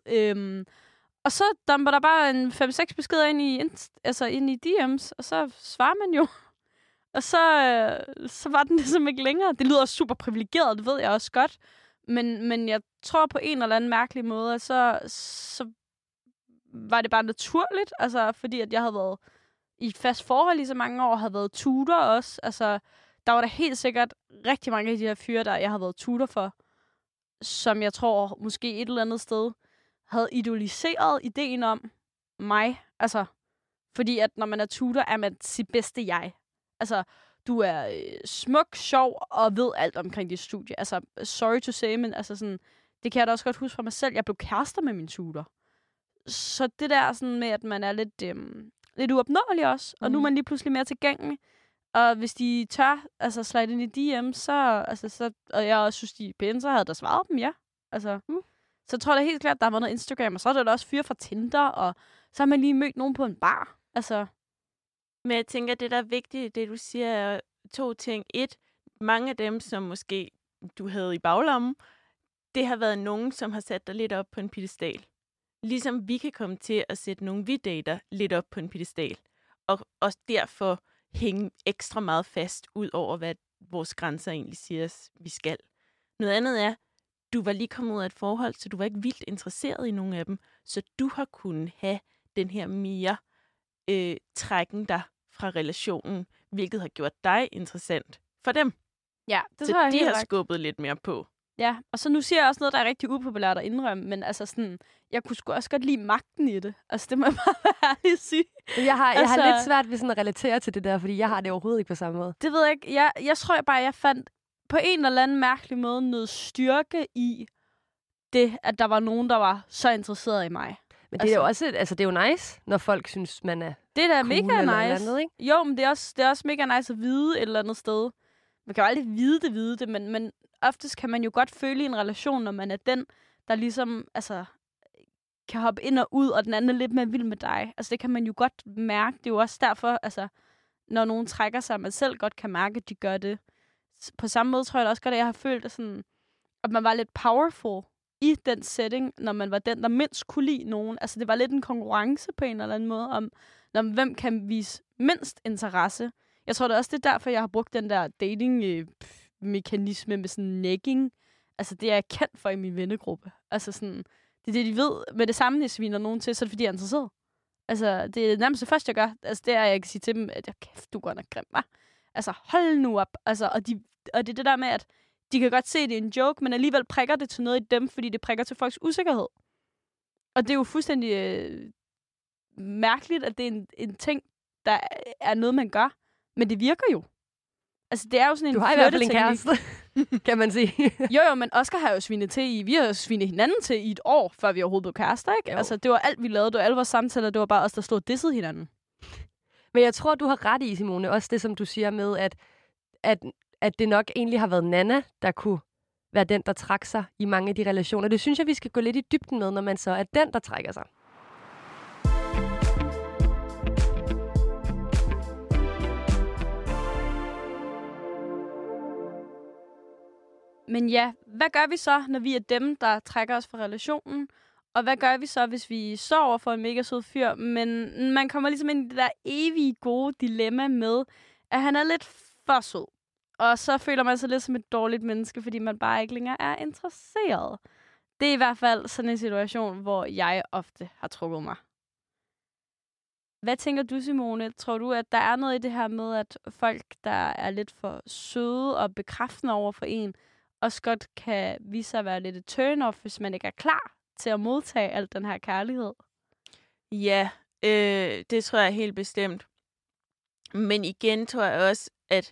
Og så dumper der bare en 5-6 beskeder ind i DM's, og så svarer man jo. Og så var den ligesom ikke længere. Det lyder super privilegeret, det ved jeg også godt. Men jeg tror på en eller anden mærkelig måde, så var det bare naturligt. Altså, fordi at jeg havde været i et fast forhold i så mange år, havde været tutor også. Altså, der var der helt sikkert rigtig mange af de her fyre, der jeg havde været tutor for, som jeg tror måske et eller andet sted havde idoliseret ideen om mig. Altså, fordi at når man er tutor, er man sit bedste jeg. Altså, du er smuk, sjov og ved alt omkring dit studie. Altså, sorry to say, men altså sådan, det kan jeg da også godt huske fra mig selv. Jeg blev kærester med min tutor. Så det der sådan med, at man er lidt uopnåelig også, og nu er man lige pludselig mere tilgængelig. Og hvis de tør slide ind i DM, så og jeg også synes, de er pæne, så havde der svaret dem, ja. Altså, så jeg tror da helt klart, at der var noget Instagram, og så er der også fyre fra Tinder, og så har man lige mødt nogen på en bar. Altså...
Men jeg tænker, det der er vigtigt, det du siger, er 2 ting. 1, mange af dem, som måske du havde i baglommen, det har været nogen, som har sat dig lidt op på en piedestal. Ligesom vi kan komme til at sætte nogle vi dater lidt op på en piedestal. Og derfor hænge ekstra meget fast ud over, hvad vores grænser egentlig siger, vi skal. Noget andet er, du var lige kommet ud af et forhold, så du var ikke vildt interesseret i nogen af dem. Så du har kunnet have den her mere trækken dig fra relationen, hvilket har gjort dig interessant for dem.
Ja, det
så
tror jeg
de
helt
har
ret.
skubbet lidt mere på.
Ja, og så nu siger jeg også noget, der er rigtig upopulært at indrømme, men altså sådan, jeg kunne sgu også godt lide magten i det. Altså, det må jeg bare være ærlig at sige.
Jeg har lidt svært ved sådan at relatere til det der, fordi jeg har det overhovedet ikke på samme måde.
Det ved jeg ikke. Jeg tror bare, jeg fandt på en eller anden mærkelig måde noget styrke i det, at der var nogen, der var så interesseret i mig.
Men det er jo også, det er jo nice, når folk synes, man er
det er da
cool
mega
eller
nice.
andet, ikke?
Jo, men det er også mega nice at vide et eller andet sted. Man kan jo aldrig vide det, men oftest kan man jo godt føle i en relation, når man er den, der ligesom kan hoppe ind og ud, og den anden er lidt mere vild med dig. Altså, det kan man jo godt mærke. Det er jo også derfor, når nogen trækker sig, man selv godt kan mærke, at de gør det. På samme måde tror jeg også godt, at jeg har følt, at man var lidt powerful i den setting, når man var den, der mindst kunne lide nogen. Altså, det var lidt en konkurrence på en eller anden måde, om hvem kan vise mindst interesse. Jeg tror det også, det er derfor, jeg har brugt den der dating-mekanisme med sådan negging. Altså, det er jeg kendt for i min vennegruppe. Altså, sådan, det er det, de ved. Med det samme, jeg sviner nogen til, så er det, fordi jeg er interesseret. Altså, det er nærmest det første, jeg gør. Altså, det er, at jeg kan sige til dem, at kæft, du går nok grim, hva'? Altså, hold nu op. Altså, og det er det der med, at de kan godt se, at det er en joke, men alligevel prikker det til noget i dem, fordi det prikker til folks usikkerhed. Og det er jo fuldstændig mærkeligt, at det er en ting, der er noget, man gør. Men det virker jo. Altså, det er jo sådan en
du har i hvert fald en kæreste, kan man sige.
jo, men Oscar har jo svinet til vi har jo svinet hinanden til i et år, før vi overhovedet blev kærester, ikke? Jo. Altså, det var alt, vi lavede. Det var alle vores samtaler. Det var bare os, der stod og dissede hinanden.
Men jeg tror, du har ret i, Simone. Også det, som du siger med, at det nok egentlig har været Nana, der kunne være den, der trækker sig i mange af de relationer. Det synes jeg, vi skal gå lidt i dybden med, når man så er den, der trækker sig.
Men ja, hvad gør vi så, når vi er dem, der trækker os fra relationen? Og hvad gør vi så, hvis vi står over for en mega sød fyr, men man kommer ligesom ind i det der evige gode dilemma med, at han er lidt for sød. Og så føler man sig lidt som et dårligt menneske, fordi man bare ikke længere er interesseret. Det er i hvert fald sådan en situation, hvor jeg ofte har trukket mig. Hvad tænker du, Simone? Tror du, at der er noget i det her med, at folk, der er lidt for søde og bekræftende over for en, også godt kan vise sig at være lidt et turn-off, hvis man ikke er klar til at modtage al den her kærlighed?
Ja, det tror jeg helt bestemt. Men igen tror jeg også, at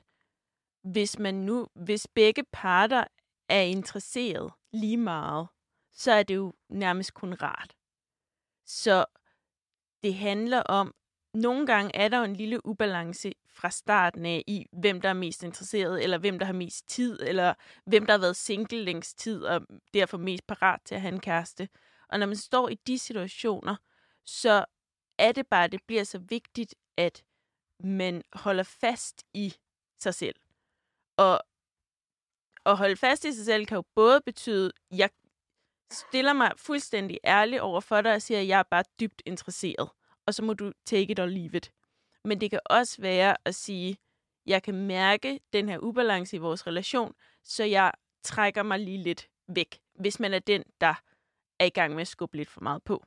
hvis begge parter er interesseret lige meget, så er det jo nærmest kun rart. Så det handler om, nogle gange er der jo en lille ubalance fra starten af i, hvem der er mest interesseret, eller hvem der har mest tid, eller hvem der har været single længst tid, og derfor mest parat til at have en kæreste. Og når man står i de situationer, så er det bare, det bliver så vigtigt, at man holder fast i sig selv. Og at holde fast i sig selv kan jo både betyde, at jeg stiller mig fuldstændig ærligt over for dig og siger, at jeg er bare dybt interesseret. Og så må du take it or leave it. Men det kan også være at sige, at jeg kan mærke den her ubalance i vores relation, så jeg trækker mig lige lidt væk, hvis man er den, der er i gang med at skubbe lidt for meget på.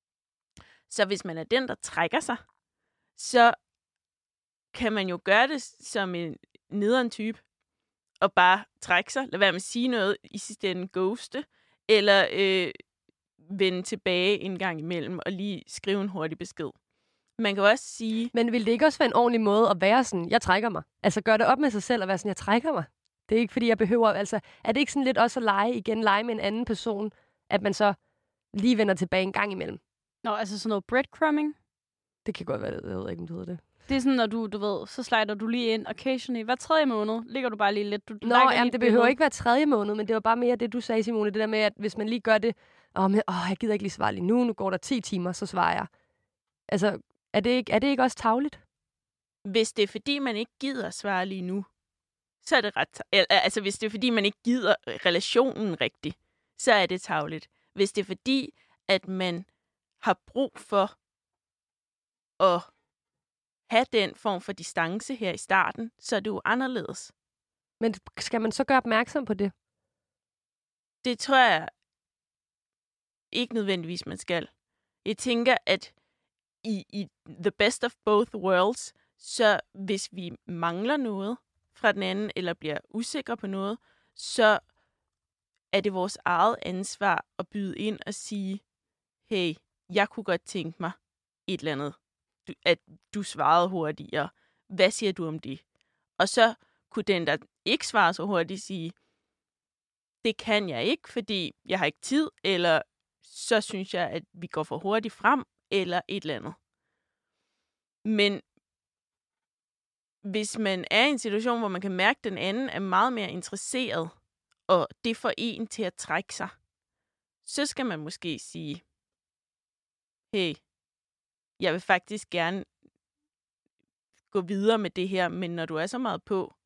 Så hvis man er den, der trækker sig, så kan man jo gøre det som en nederen type, og bare trække sig, lad være med at sige noget, i sidste ende ghoste, eller vende tilbage en gang imellem, og lige skrive en hurtig besked. Man kan også sige...
Men vil det ikke også være en ordentlig måde at være sådan, jeg trækker mig? Altså gøre det op med sig selv og være sådan, jeg trækker mig. Det er ikke, fordi jeg behøver... Altså, er det ikke sådan lidt også at lege med en anden person, at man så lige vender tilbage en gang imellem?
Nå, altså sådan noget breadcrumbing?
Det kan godt være det. Jeg ved ikke, om det hedder det.
Det er sådan, når du ved, så slider du lige ind occasionally. Hver 3. måned ligger du bare lige lidt.
Jamen, det behøver ikke være 3. måned, men det var bare mere det, du sagde, Simone. Det der med, at hvis man lige gør det, jeg gider ikke lige svare lige nu går der 10 timer, så svarer jeg. Altså, er det ikke også tarveligt?
Hvis det er, fordi man ikke gider svare lige nu, så er det ret... Altså, hvis det er, fordi man ikke gider relationen rigtigt, så er det tarveligt. Hvis det er, fordi at man har brug for at have den form for distance her i starten, så er det jo anderledes.
Men skal man så gøre opmærksom på det?
Det tror jeg ikke nødvendigvis, man skal. Jeg tænker, at i the best of both worlds, så hvis vi mangler noget fra den anden, eller bliver usikre på noget, så er det vores eget ansvar at byde ind og sige, hey, jeg kunne godt tænke mig et eller andet, at du svarede hurtigere. Hvad siger du om det? Og så kunne den, der ikke svarer så hurtigt, sige, det kan jeg ikke, fordi jeg har ikke tid, eller så synes jeg, at vi går for hurtigt frem, eller et eller andet. Men hvis man er i en situation, hvor man kan mærke, at den anden er meget mere interesseret, og det får en til at trække sig, så skal man måske sige, hey, jeg vil faktisk gerne gå videre med det her, men når du er så meget på,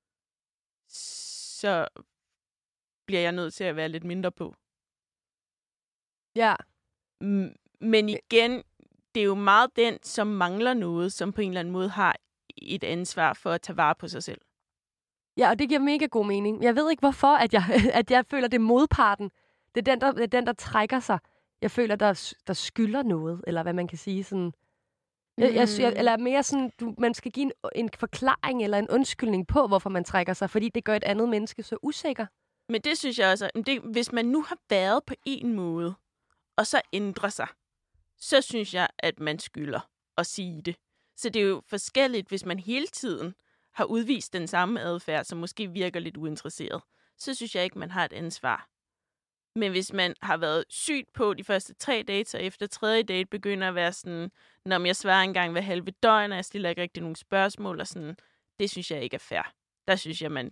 så bliver jeg nødt til at være lidt mindre på.
Ja.
Men igen, det er jo meget den, som mangler noget, som på en eller anden måde har et ansvar for at tage vare på sig selv.
Ja, og det giver mega god mening. Jeg ved ikke, hvorfor at jeg føler, det er modparten. Det er den, der trækker sig. Jeg føler, der skylder noget, eller hvad man kan sige. Sådan. Eller mere sådan, man skal give en forklaring eller en undskyldning på, hvorfor man trækker sig, fordi det gør et andet menneske så usikker.
Men det synes jeg også, hvis man nu har været på en måde, og så ændrer sig, så synes jeg, at man skylder at sige det. Så det er jo forskelligt, hvis man hele tiden har udvist den samme adfærd, som måske virker lidt uinteresseret, så synes jeg ikke, man har et ansvar. Men hvis man har været sygt på de første 3 dates, og efter 3. date begynder at være sådan, når jeg svarer engang hver halve døgn, og jeg stiller ikke rigtig nogen spørgsmål, og sådan, det synes jeg ikke er fair. Der synes jeg,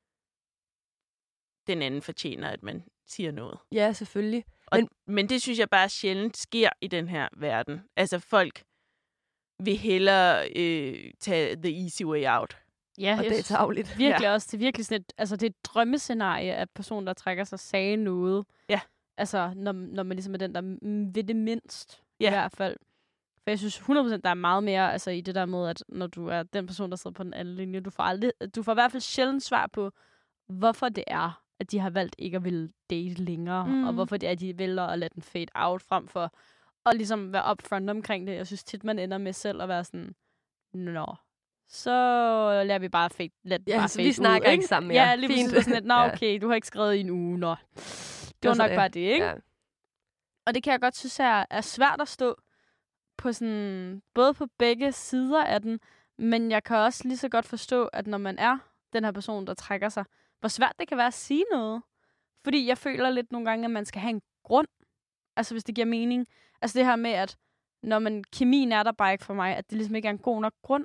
den anden fortjener, at man siger noget.
Ja, selvfølgelig.
Men det synes jeg bare sjældent sker i den her verden. Altså folk vil hellere tage the easy way out.
Ja,
og det er tarveligt.
Virkelig også. Det er virkelig sådan det er et drømmescenarie, at personen, der trækker sig, sagde noget.
Ja.
Altså, når man ligesom er den, der ved det mindst, i hvert fald. For jeg synes 100%, der er meget mere altså, i det der med, at når du er den person, der sidder på den anden linje, du får i hvert fald sjældent svar på, hvorfor det er, at de har valgt ikke at ville date længere, og hvorfor det er, at de vælger at lade den fade out, frem for at ligesom være upfront omkring det. Jeg synes tit, man ender med selv at være sådan, så lader vi bare fade
så vi snakker ikke sammen mere.
Ja, lige præcis sådan lidt, okay, du har ikke skrevet i en uge, det var nok bare det, ikke? Ja. Og det kan jeg godt synes er svært at stå på sådan, både på begge sider af den, men jeg kan også lige så godt forstå, at når man er den her person, der trækker sig, hvor svært det kan være at sige noget. Fordi jeg føler lidt nogle gange, at man skal have en grund. Altså, hvis det giver mening. Altså det her med, at når kemien er der bare ikke for mig, at det ligesom ikke er en god nok grund.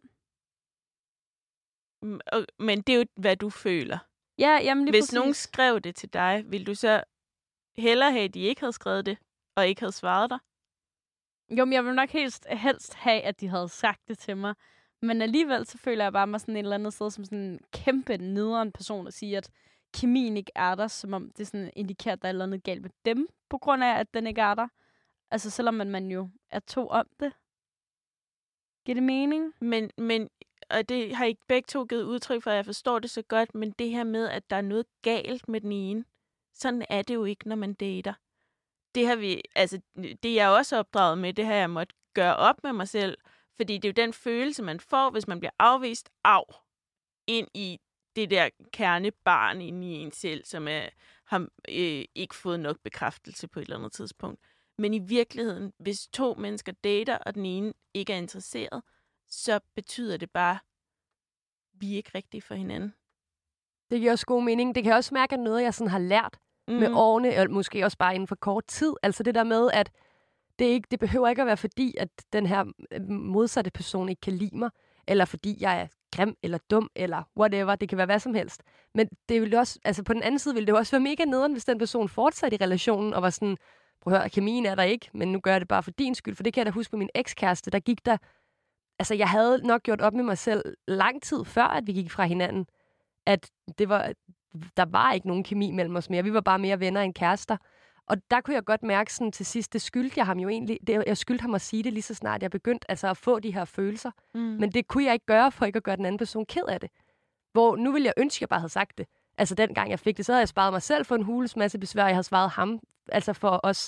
Men det er jo, hvad du føler.
Ja, jamen lige
Hvis
præcis.
nogen skrev det til dig, ville du så hellere have, at de ikke havde skrevet det, og ikke havde svaret dig?
Jo, men jeg ville nok helst have, at de havde sagt det til mig. Men alligevel så føler jeg bare mig sådan et eller andet sted som sådan en kæmpe nederen person at sige, at kemien ikke er der, som om det sådan indikerer, at der er noget galt med dem, på grund af, at den ikke er der. Altså selvom man jo er to om det. Giver det mening?
Men og det har I begge to givet udtryk for, at jeg forstår det så godt, men det her med, at der er noget galt med den ene, sådan er det jo ikke, når man dater. Det har det er jeg også opdraget med, det har jeg måtte gøre op med mig selv, fordi det er jo den følelse, man får, hvis man bliver afvist ind i det der kernebarn inde i en selv, som har ikke fået nok bekræftelse på et eller andet tidspunkt. Men i virkeligheden, hvis 2 mennesker dater, og den ene ikke er interesseret, så betyder det bare, at vi er ikke rigtige for hinanden.
Det giver også god mening. Det kan også mærke, at noget, jeg sådan har lært med årene, og måske også bare inden for kort tid. Altså det der med, at det behøver ikke at være fordi, at den her modsatte person ikke kan lide mig, eller fordi jeg er grim eller dum, eller whatever. Det kan være hvad som helst. Men det ville også, altså på den anden side ville det også være mega nederen, hvis den person fortsatte i relationen, og var sådan, prøv at høre, kemien er der ikke, men nu gør jeg det bare for din skyld. For det kan jeg da huske på min ekskæreste, der gik der. Altså jeg havde nok gjort op med mig selv lang tid før, at vi gik fra hinanden, at der var ikke nogen kemi mellem os mere. Vi var bare mere venner end kærester. Og der kunne jeg godt mærke sådan til sidst, det skyldte jeg ham jo egentlig. Jeg skyldte ham at sige det lige så snart jeg begyndte altså at få de her følelser. Men det kunne jeg ikke gøre, for ikke at gøre den anden person ked af det. Hvor nu ville jeg ønske, at jeg bare havde sagt det. Altså dengang jeg fik det, så havde jeg sparet mig selv for en hules masse besvær. Jeg havde svaret ham, altså for os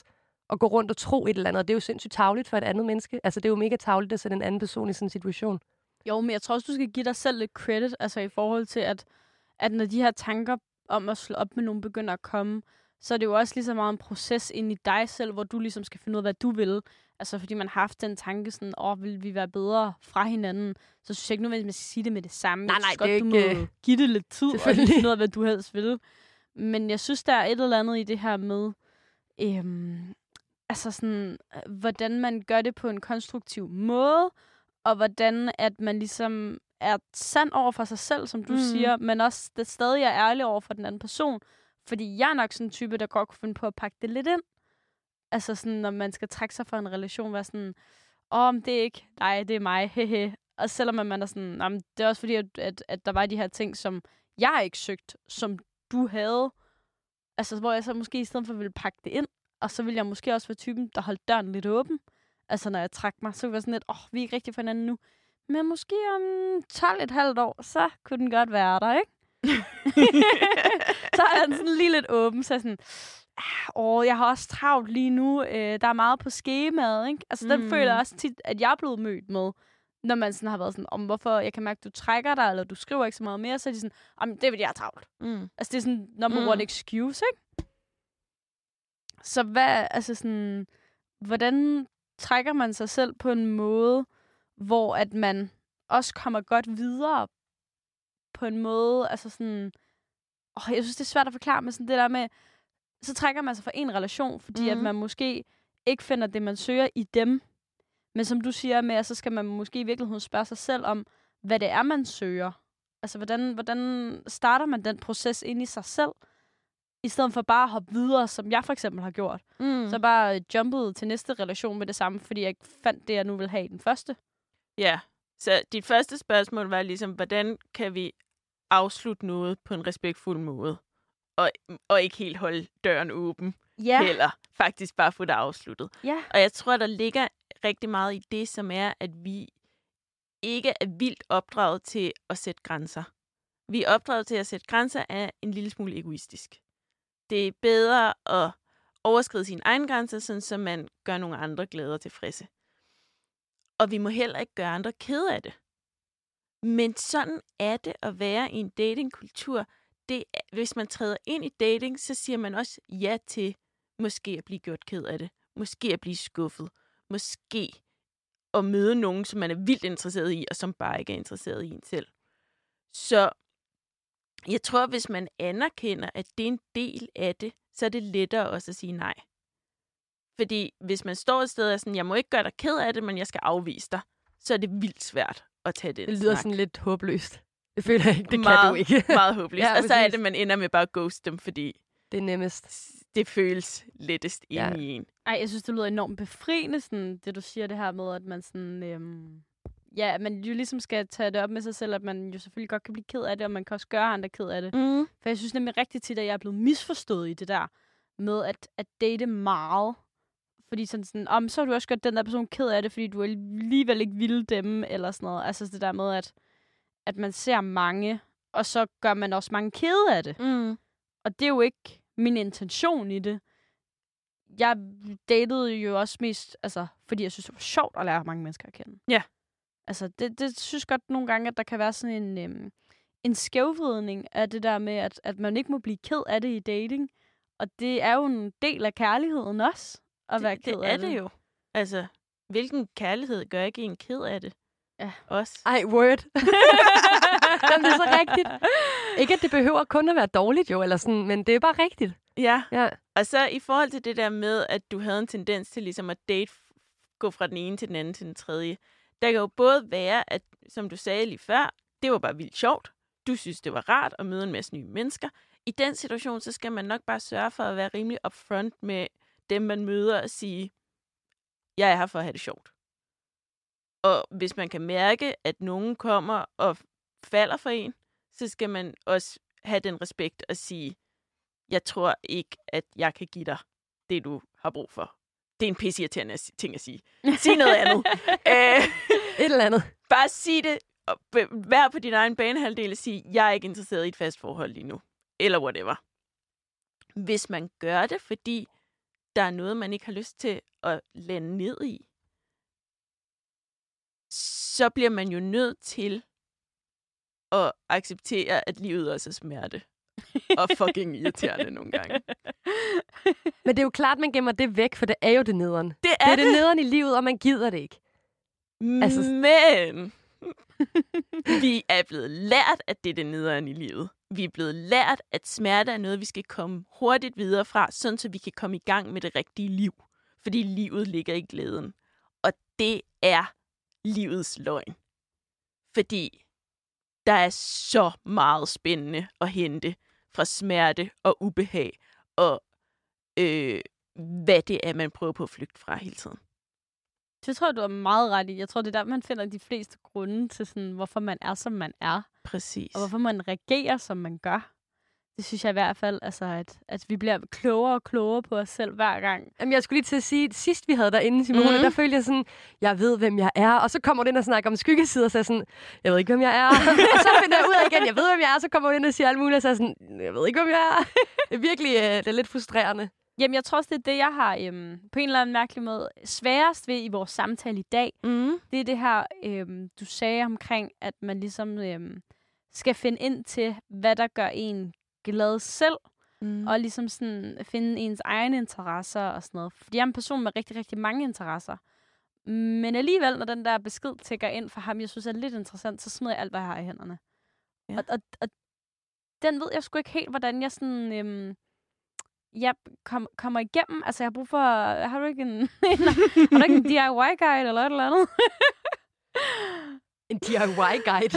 at gå rundt og tro et eller andet. Det er jo sindssygt tarveligt for et andet menneske. Altså, det er jo mega tarveligt at sætte en anden person i sådan en situation.
Jo, men jeg tror også, du skal give dig selv lidt credit, altså i forhold til, at når de her tanker om at slå op med nogen begynder at komme, så er det jo også lige så meget en proces ind i dig selv, hvor du ligesom skal finde ud af, hvad du vil. Altså fordi man har haft den tanke sådan, vil vi være bedre fra hinanden, så synes jeg ikke nødvendigvis, man skal sige det med det samme.
Nej,
det er godt, du må give det lidt tid, og lige finde ud af, hvad du helst vil. Men jeg synes, der er et eller andet i det her med, altså sådan, hvordan man gør det på en konstruktiv måde, og hvordan at man ligesom er sand over for sig selv, som du siger, men også det stadig er ærlig over for den anden person. Fordi jeg er nok sådan en type, der godt kunne finde på at pakke det lidt ind. Altså sådan, når man skal trække sig fra en relation, være sådan, det er ikke dig, det er mig, hehe. Og selvom man er sådan, det er også fordi, at der var de her ting, som jeg ikke søgt, som du havde. Altså, hvor jeg så måske i stedet for ville pakke det ind, og så ville jeg måske også være typen, der holdt døren lidt åben. Altså, når jeg trak mig, så var jeg sådan lidt, vi er ikke rigtig for hinanden nu. Men måske om 12,5 år, så kunne den godt være der, ikke? Så er den sådan lige lidt åben, så sådan, jeg har også travlt lige nu, der er meget på skemaet, ikke? Altså, den føler jeg også tit, at jeg er blevet mødt med, når man sådan har været sådan, hvorfor jeg kan mærke, at du trækker dig, eller du skriver ikke så meget mere, så er de sådan, det vil jeg have travlt. Altså, det er sådan number one excuse, ikke? Så hvordan trækker man sig selv på en måde, hvor at man også kommer godt videre på en måde, altså sådan, jeg synes, det er svært at forklare, men sådan det der med, så trækker man sig fra en relation, fordi at man måske ikke finder det, man søger i dem. Men som du siger med, så skal man måske i virkeligheden spørge sig selv om, hvad det er, man søger. Altså, hvordan starter man den proces ind i sig selv, i stedet for bare at hoppe videre, som jeg for eksempel har gjort. Så bare jumpet til næste relation med det samme, fordi jeg ikke fandt det, jeg nu vil have i den første.
Ja, så dit første spørgsmål var ligesom, hvordan kan vi afslutte noget på en respektfuld måde, og ikke helt holde døren åben, heller faktisk bare få det afsluttet. Og jeg tror, der ligger rigtig meget i det, som er, at vi ikke er vildt opdraget til at sætte grænser. Vi er opdraget til at sætte grænser af en lille smule egoistisk. Det er bedre at overskride sine egne grænser, sådan så man gør nogle andre glade og tilfredse. Og vi må heller ikke gøre andre kede af det. Men sådan er det at være i en datingkultur. Hvis man træder ind i dating, så siger man også ja til måske at blive gjort ked af det. Måske at blive skuffet. Måske at møde nogen, som man er vildt interesseret i, og som bare ikke er interesseret i en selv. Så jeg tror, hvis man anerkender, at det er en del af det, så er det lettere også at sige nej. Fordi hvis man står et sted og er sådan, jeg må ikke gøre dig ked af det, men jeg skal afvise dig, så er det vildt svært at tage det.
Det lyder sådan lidt håbløst. Det føler jeg ikke, det
meget,
kan du ikke.
Meget håbløst. Og så er det, man ender med bare at ghost dem, fordi
det er nemmest.
Det føles lettest inde i en.
Ej, jeg synes, det lyder enormt befriende, sådan, det du siger det her med, at man sådan, man jo ligesom skal tage det op med sig selv, at man jo selvfølgelig godt kan blive ked af det, og man kan også gøre andre ked af det. For jeg synes nemlig rigtig tit, at jeg er blevet misforstået i det der med at date meget. Fordi sådan, så har du også gjort den der person ked af det, fordi du alligevel ikke ville dem, eller sådan noget. Altså det der med, at man ser mange, og så gør man også mange kede af det. Og det er jo ikke min intention i det. Jeg datede jo også mest, altså, fordi jeg synes, det var sjovt at lære mange mennesker at kende.
Ja.
Altså, det synes godt nogle gange, at der kan være sådan en skævvridning af det der med, at man ikke må blive ked af det i dating. Og det er jo en del af kærligheden også, at være ked af det.
Det er det jo. Altså, hvilken kærlighed gør ikke en ked af det?
Ja.
Også.
Ej, word. Jamen, det er så rigtigt. Ikke, at det behøver kun at være dårligt jo, eller sådan, men det er bare rigtigt.
Ja. Og så i forhold til det der med, at du havde en tendens til ligesom at gå fra den ene til den anden til den tredje. Der kan jo både være, at som du sagde lige før, det var bare vildt sjovt. Du synes, det var rart at møde en masse nye mennesker. I den situation, så skal man nok bare sørge for at være rimelig upfront med dem, man møder og sige, jeg er her for at have det sjovt. Og hvis man kan mærke, at nogen kommer og falder for en, så skal man også have den respekt og sige, jeg tror ikke, at jeg kan give dig det, du har brug for. Det er en pisseirriterende ting at sige. Sig noget andet.
Et eller andet.
Bare sig det. Vær på din egen banehalvdel og sige, jeg er ikke interesseret i et fast forhold lige nu. Eller whatever. Hvis man gør det, fordi der er noget, man ikke har lyst til at lande ned i, så bliver man jo nødt til at acceptere, at livet også er smerte. Og fucking irriterende nogle gange.
Men det er jo klart, man gemmer det væk, for det er jo det nederen.
Det er
det nederen i livet, og man gider det ikke.
Altså... Men vi er blevet lært, at det er det nederen i livet. Vi er blevet lært, at smerte er noget, vi skal komme hurtigt videre fra, sådan så vi kan komme i gang med det rigtige liv. Fordi livet ligger i glæden. Og det er livets løgn. Fordi der er så meget spændende at hente fra smerte og ubehag, og hvad det er, man prøver på at flygte fra hele tiden.
Det tror jeg, du er meget ret i. Jeg tror, det er der, man finder de fleste grunde til, sådan, hvorfor man er, som man er.
Præcis.
Og hvorfor man reagerer, som man gør. Det synes jeg i hvert fald, altså, at vi bliver klogere og klogere på os selv hver gang.
Jamen, jeg skulle lige til at sige, at sidst vi havde derinde, Simone, der følte jeg sådan, jeg ved, hvem jeg er. Og så kommer du ind og snakker om skyggesider, og så er jeg sådan, jeg ved ikke, hvem jeg er. Og så finder jeg ud af igen, jeg ved, hvem jeg er. Så kommer du ind og siger alt muligt, og så er jeg sådan, jeg ved ikke, hvem jeg er. Det er virkelig det er lidt frustrerende.
Jamen, jeg tror også, det er det, jeg har på en eller anden mærkelig måde sværest ved i vores samtale i dag. Det er det her, du sagde omkring, at man ligesom skal finde ind til, hvad der gør en glad selv, og ligesom sådan finde ens egne interesser og sådan noget. Fordi jeg er en person med rigtig, rigtig mange interesser. Men alligevel, når den der besked tækker ind for ham, jeg synes er lidt interessant, så smider jeg alt, hvad jeg har i hænderne. Ja. Og den ved jeg sgu ikke helt, hvordan jeg sådan... jeg kommer igennem. Altså, jeg har brug for... Har du ikke en DIY-guide eller et eller andet?
En DIY-guide?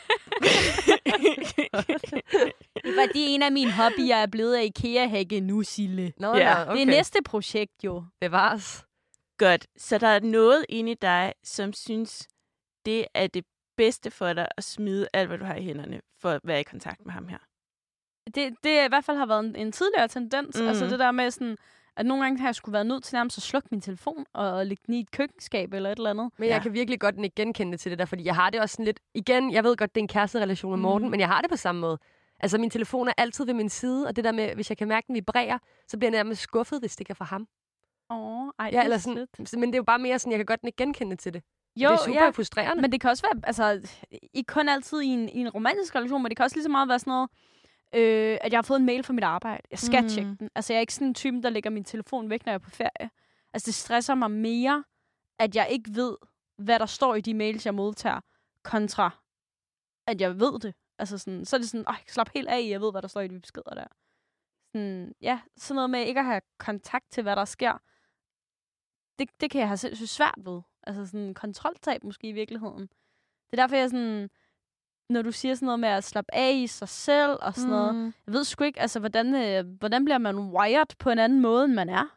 Fordi en af mine hobbyer er blevet af IKEA-hække nu, Sille.
Nå, ja, okay.
Det er næste projekt, jo.
Bevares.
Godt. Så der er noget inde i dig, som synes, det er det bedste for dig at smide alt, hvad du har i hænderne, for at være i kontakt med ham her.
Det i hvert fald har været en tidligere tendens. Altså det der med sådan, at nogle gange har jeg skulle været nødt til nærmest at slukke min telefon og lægge den i et køkkenskab eller et eller andet.
Men jeg kan virkelig godt ikke genkende det til det der, fordi jeg har det også sådan lidt... Igen, jeg ved godt, det er en kæreste-relation med Morten, men jeg har det på samme måde. Altså, min telefon er altid ved min side, og det der med, hvis jeg kan mærke, den vibrerer, så bliver jeg nærmest skuffet, hvis det ikke er fra ham.
Ej,
eller sådan, men det er jo bare mere sådan, jeg kan godt ikke genkende det til det.
Jo,
det er super frustrerende.
Men det kan også være, altså, ikke kun altid i en romantisk relation, men det kan også lige så meget være sådan noget, at jeg har fået en mail fra mit arbejde. Jeg skal tjekke den. Altså, jeg er ikke sådan en type, der lægger min telefon væk, når jeg er på ferie. Altså, det stresser mig mere, at jeg ikke ved, hvad der står i de mails, jeg modtager, kontra, at jeg ved det. Altså, sådan, så er det sådan, slap helt af, jeg ved, hvad der står i de beskeder der. Sådan, ja, sådan noget med ikke at have kontakt til, hvad der sker. Det kan jeg have selv svært ved. Altså, sådan kontroltab måske i virkeligheden. Det er derfor, jeg sådan... Når du siger sådan noget med at slappe af i sig selv og sådan noget. Jeg ved sgu ikke, altså, hvordan bliver man wired på en anden måde, end man er?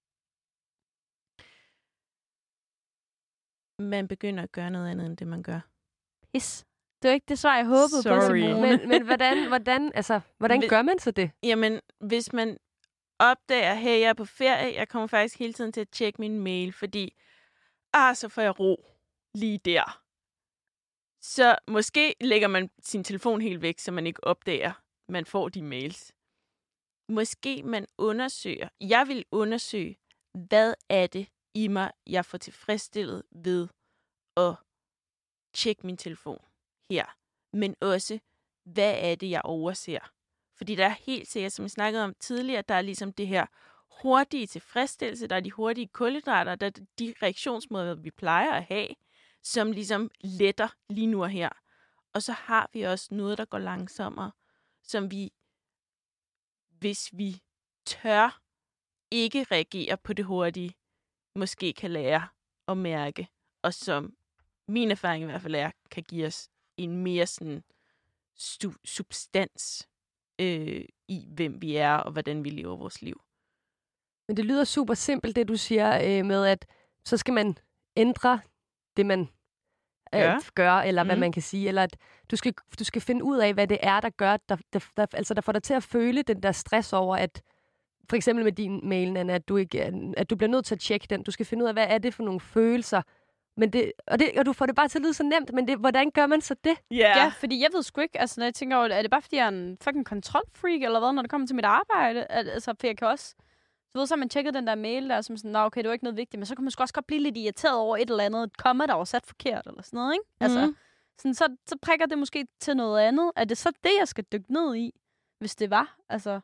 Man begynder at gøre noget andet, end det man gør.
Pis. Det var ikke det svar, jeg håbede på, Simone.
Men hvordan gør man så det?
Jamen, hvis man opdager, hey, jeg er på ferie, jeg kommer faktisk hele tiden til at tjekke min mail, fordi, så får jeg ro lige der. Så måske lægger man sin telefon helt væk, så man ikke opdager, man får de mails. Måske man undersøger. Jeg vil undersøge, hvad er det i mig, jeg får tilfredsstillet ved at tjekke min telefon her. Men også, hvad er det, jeg overser? Fordi der er helt sikkert, som jeg snakkede om tidligere, der er ligesom det her hurtige tilfredsstillelse, der er de hurtige kulhydrater, der er de reaktionsmåder, vi plejer at have, som ligesom letter lige nu og her. Og så har vi også noget, der går langsommere, som vi, hvis vi tør ikke reagere på det hurtige, måske kan lære at mærke, og som min erfaring i hvert fald er, kan give os en mere sådan substans i, hvem vi er, og hvordan vi lever vores liv.
Men det lyder super simpelt, det du siger med, at så skal man ændre det, man gør, eller hvad man kan sige, eller at du skal finde ud af, hvad det er, der gør, der får dig til at føle den der stress over, at for eksempel med din mail, Anna, at du bliver nødt til at tjekke den. Du skal finde ud af, hvad er det for nogle følelser. Men og du får det bare til at lyde så nemt, men hvordan gør man så det?
Yeah. Ja, fordi jeg ved sgu ikke, altså når jeg tænker over det, er det bare fordi, jeg er en fucking kontrolfreak, eller hvad, når det kommer til mit arbejde? Altså, for jeg kan også Så ved så, man tjekkede den der mail der, som sådan, nå okay, det var ikke noget vigtigt, men så kunne man sgu også godt blive lidt irriteret over et eller andet komma, der var sat forkert, eller sådan noget, ikke? Altså, sådan, så prikker det måske til noget andet. Er det så det, jeg skal dykke ned i, hvis det var? Altså...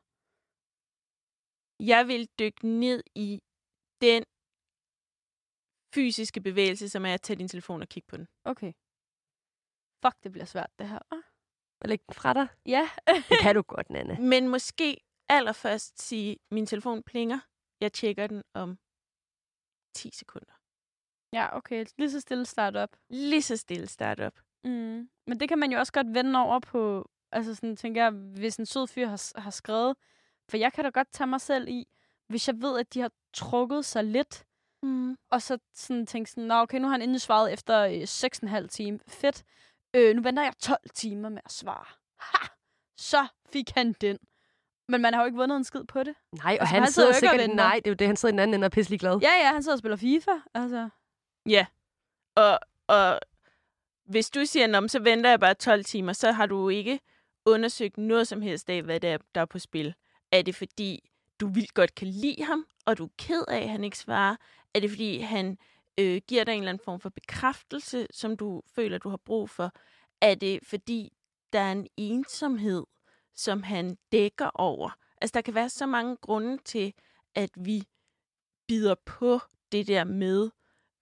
Jeg vil dykke ned i den fysiske bevægelse, som er at tage din telefon og kigge på den.
Okay. Fuck, det bliver svært, det her.
Og lægge den fra dig?
Ja.
Det kan du godt, Nanne.
Men måske allerførst sige, min telefon plinger. Jeg tjekker den om 10 sekunder.
Ja, okay. Lige så stille start op.
Lige så stille start op.
Mm. Men det kan man jo også godt vende over på, altså sådan, tænker jeg, hvis en sød fyr har skrevet, for jeg kan da godt tage mig selv i, hvis jeg ved, at de har trukket sig lidt, og så sådan tænke sådan, nå okay, nu har han endelig svaret efter 6,5 timer. Fedt. Nu venter jeg 12 timer med at svare. Ha! Så fik han den. Men man har jo ikke vundet en skid på det.
Nej, og altså, han sidder sikkert... Nej, det er jo det, han sidder i den anden ende og er pisselig glad.
Ja, han sidder og spiller FIFA. Altså.
Ja. Og hvis du siger, så venter jeg bare 12 timer, så har du ikke undersøgt noget som helst af, hvad det er, der er på spil. Er det fordi, du vildt godt kan lide ham, og du er ked af, at han ikke svarer? Er det fordi, han giver dig en eller anden form for bekræftelse, som du føler, du har brug for? Er det fordi, der er en ensomhed, som han dækker over? Altså, der kan være så mange grunde til, at vi bider på det der med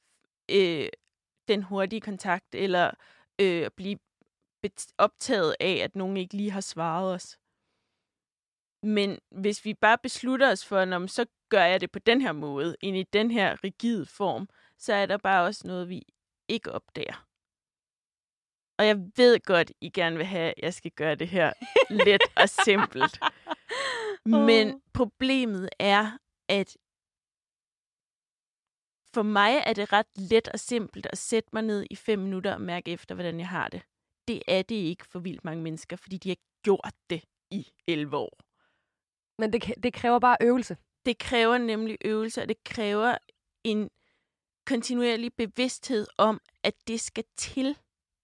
den hurtige kontakt, eller blive optaget af, at nogen ikke lige har svaret os. Men hvis vi bare beslutter os for, så gør jeg det på den her måde, ind i den her rigide form, så er der bare også noget, vi ikke opdager. Og jeg ved godt, I gerne vil have, at jeg skal gøre det her let og simpelt. Men problemet er, at for mig er det ret let og simpelt at sætte mig ned i 5 minutter og mærke efter, hvordan jeg har det. Det er det ikke for vildt mange mennesker, fordi de har gjort det i 11 år.
Men det kræver bare øvelse.
Det kræver nemlig øvelse, og det kræver en kontinuerlig bevidsthed om, at det skal til,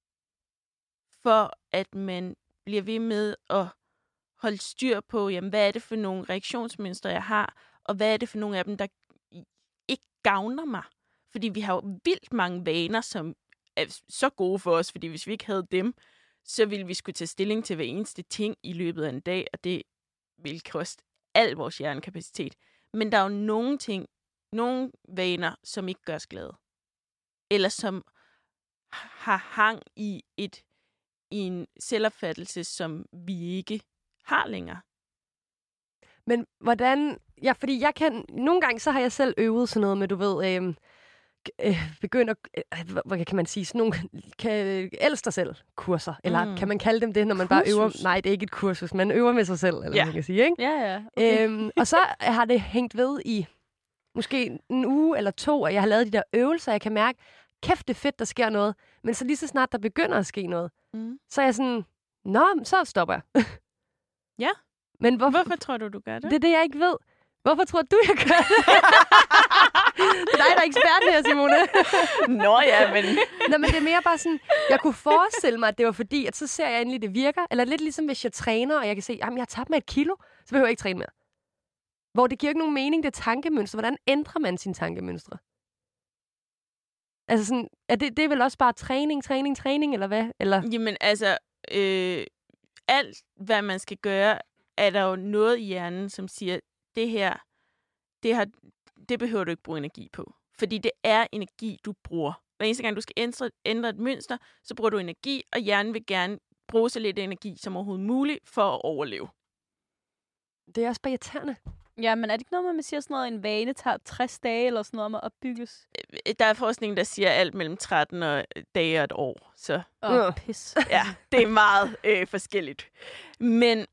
for at man bliver ved med at holde styr på, jamen, hvad er det for nogle reaktionsmønstre, jeg har, og hvad er det for nogle af dem, der ikke gavner mig. Fordi vi har jo vildt mange vaner, som er så gode for os, fordi hvis vi ikke havde dem, så ville vi skulle tage stilling til hver eneste ting i løbet af en dag, og det ville koste al vores hjernekapacitet. Men der er jo nogle vaner, som ikke gør os glade. Eller som har hang i en selvopfattelse, som vi ikke har længere.
Men hvordan... Ja, fordi jeg kan... Nogle gange så har jeg selv øvet sådan noget med, du ved... begynde at... Hvad kan man sige? Sådan nogle... Elsk dig selv kurser. Eller kan man kalde dem det, når man bare øver... Nej, det er ikke et kursus. Man øver med sig selv, eller man kan sige, ikke?
Ja. Okay.
Og så har det hængt ved i måske en uge eller 2, og jeg har lavet de der øvelser, jeg kan mærke, kæft, det er fedt, der sker noget. Men så lige så snart, der begynder at ske noget, så er jeg sådan, så stopper jeg.
Ja.
Men
hvorfor tror du gør det?
Det er det, jeg ikke ved. Hvorfor tror du, jeg gør det? Det er dig, der er eksperten her, Simone.
Nå ja, men...
Nå, men det er mere bare sådan, jeg kunne forestille mig, at det var fordi, at så ser jeg endelig, det virker. Eller lidt ligesom, hvis jeg træner, og jeg kan se, at jeg har tabt mig 1 kilo, så behøver jeg ikke træne mere. Hvor det giver ikke nogen mening, det er tankemønstre. Hvordan ændrer man sine tankemønstre? Altså sådan, det er vel også bare træning, eller hvad? Eller?
Jamen altså, alt hvad man skal gøre, er der jo noget i hjernen, som siger, det her, det behøver du ikke bruge energi på. Fordi det er energi, du bruger. Hver eneste gang, du skal ændre et mønster, så bruger du energi, og hjernen vil gerne bruge så lidt energi som overhovedet muligt for at overleve.
Det er også bare irriterende.
Ja, men er det ikke noget, man siger sådan noget, en vane tager 60 dage eller sådan noget med at opbygges?
Der er forskning, der siger alt mellem 13 dage og et år. Så
pis.
Ja, det er meget forskelligt. Men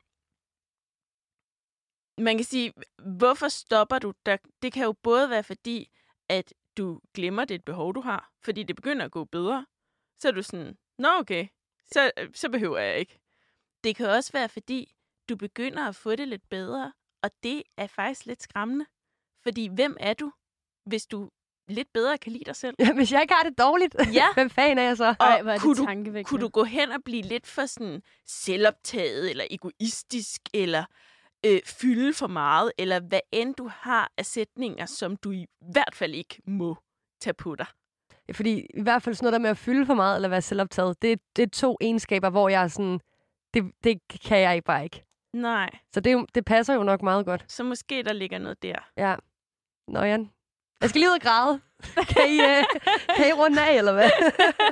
man kan sige, hvorfor stopper du der? Det kan jo både være fordi, at du glemmer det behov, du har, fordi det begynder at gå bedre. Så er du sådan, nå okay, så behøver jeg ikke. Det kan også være fordi, du begynder at få det lidt bedre, og det er faktisk lidt skræmmende. Fordi hvem er du, hvis du lidt bedre kan lide dig selv?
Ja, hvis jeg ikke har det dårligt, hvem fanden er jeg så?
Ej, hvor er det tankevækkende.
Kunne du gå hen og blive lidt for sådan selvoptaget, eller egoistisk, eller fylde for meget, eller hvad end du har af sætninger, som du i hvert fald ikke må tage på dig.
Fordi i hvert fald sådan noget der med at fylde for meget, eller være selvoptaget, det er 2 egenskaber, hvor jeg er sådan, det kan jeg bare ikke.
Nej.
Så det passer jo nok meget godt.
Så måske der ligger noget der.
Ja. Nå, Jan. Jeg skal lige ud og græde. Kan I runde af, eller hvad?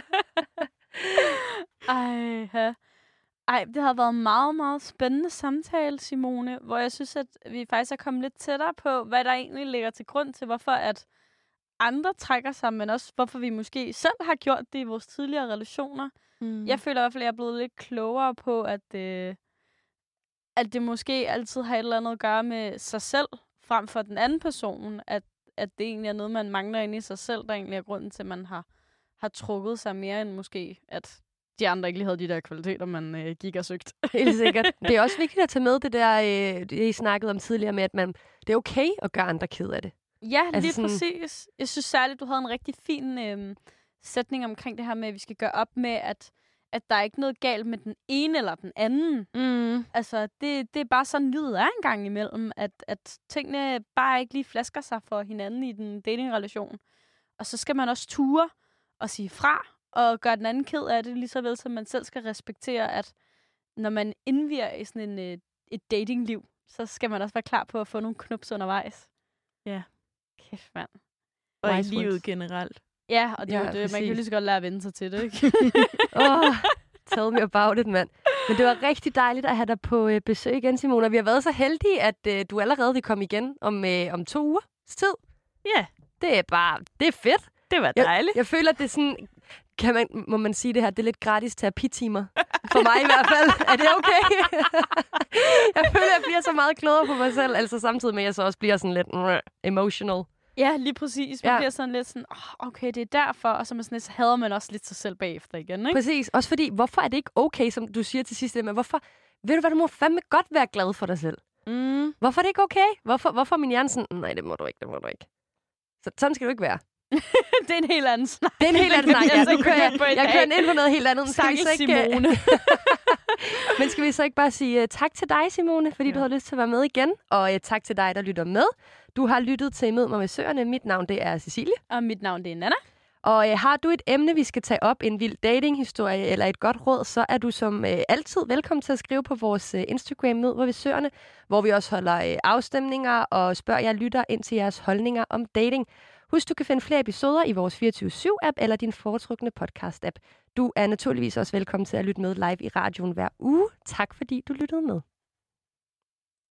Ej, det har været en meget, meget spændende samtale, Simone, hvor jeg synes, at vi faktisk er kommet lidt tættere på, hvad der egentlig ligger til grund til, hvorfor at andre trækker sig, men også hvorfor vi måske selv har gjort det i vores tidligere relationer. Jeg føler i hvert fald, at jeg er blevet lidt klogere på, at det måske altid har et eller andet at gøre med sig selv, frem for den anden person, at det egentlig er noget, man mangler inde i sig selv, der egentlig er grunden til, at man har trukket sig mere end måske, at de andre ikke lige havde de der kvaliteter, man gik og søgte.
Helt sikkert. Det er også vigtigt at tage med det der, I snakkede om tidligere med, at det er okay at gøre andre ked af det.
Ja, altså lige sådan præcis. Jeg synes særligt, du havde en rigtig fin sætning omkring det her med, at vi skal gøre op med, at der er ikke noget galt med den ene eller den anden. Altså, det er bare sådan, livet er en gang imellem, at tingene bare ikke lige flasker sig for hinanden i den datingrelation. Og så skal man også ture og sige fra, og gøre den anden ked af det, lige så vel som man selv skal respektere, at når man indviger i sådan et datingliv, så skal man også være klar på at få nogle knups undervejs.
Ja.
Kæft, mand.
Og i livet generelt.
Ja, og det er det. Man kan jo lige så godt lære at vende sig til det, ikke?
Tell me about it, mand. Men det var rigtig dejligt at have dig på besøg igen, Simone. Vi har været så heldige, at du allerede vil komme igen om 2 ugers tid.
Ja.
Det er fedt.
Det var dejligt.
Jeg føler, at det er sådan... må man sige det her? Det er lidt gratis terapitimer. For mig i hvert fald. Er det okay? Jeg føler, at jeg bliver så meget klogere på mig selv. Altså samtidig med, at jeg så også bliver sådan lidt emotional.
Ja, lige præcis. Man bliver sådan lidt sådan, okay, det er derfor. Og så hader man også lidt sig selv bagefter igen, ikke?
Præcis. Også fordi, hvorfor er det ikke okay, som du siger til sidst, men hvorfor... Ved du hvad, du må fandme godt være glad for dig selv. Hvorfor er det ikke okay? Hvorfor er min hjerne sådan, nej, det må du ikke. Så sådan skal du ikke være.
Det er en helt anden snak.
Det er en helt anden snak, ja. Jeg kører ind på noget helt andet.
Simone.
Men skal vi så ikke bare sige tak til dig, Simone, fordi du havde lyst til at være med igen. Og tak til dig, der lytter med. Du har lyttet til Mød mig med Søerne. Mit navn, det er Cecilie.
Og mit navn, det er Nana.
Og har du et emne, vi skal tage op, en vild datinghistorie eller et godt råd, så er du som altid velkommen til at skrive på vores Instagram Mød mig med Søerne, hvor vi også holder afstemninger og spørger jer lytter ind til jeres holdninger om dating. Husk, du kan finde flere episoder i vores 24/7-app eller din foretrukne podcast-app. Du er naturligvis også velkommen til at lytte med live i radioen hver uge. Tak fordi du lyttede med.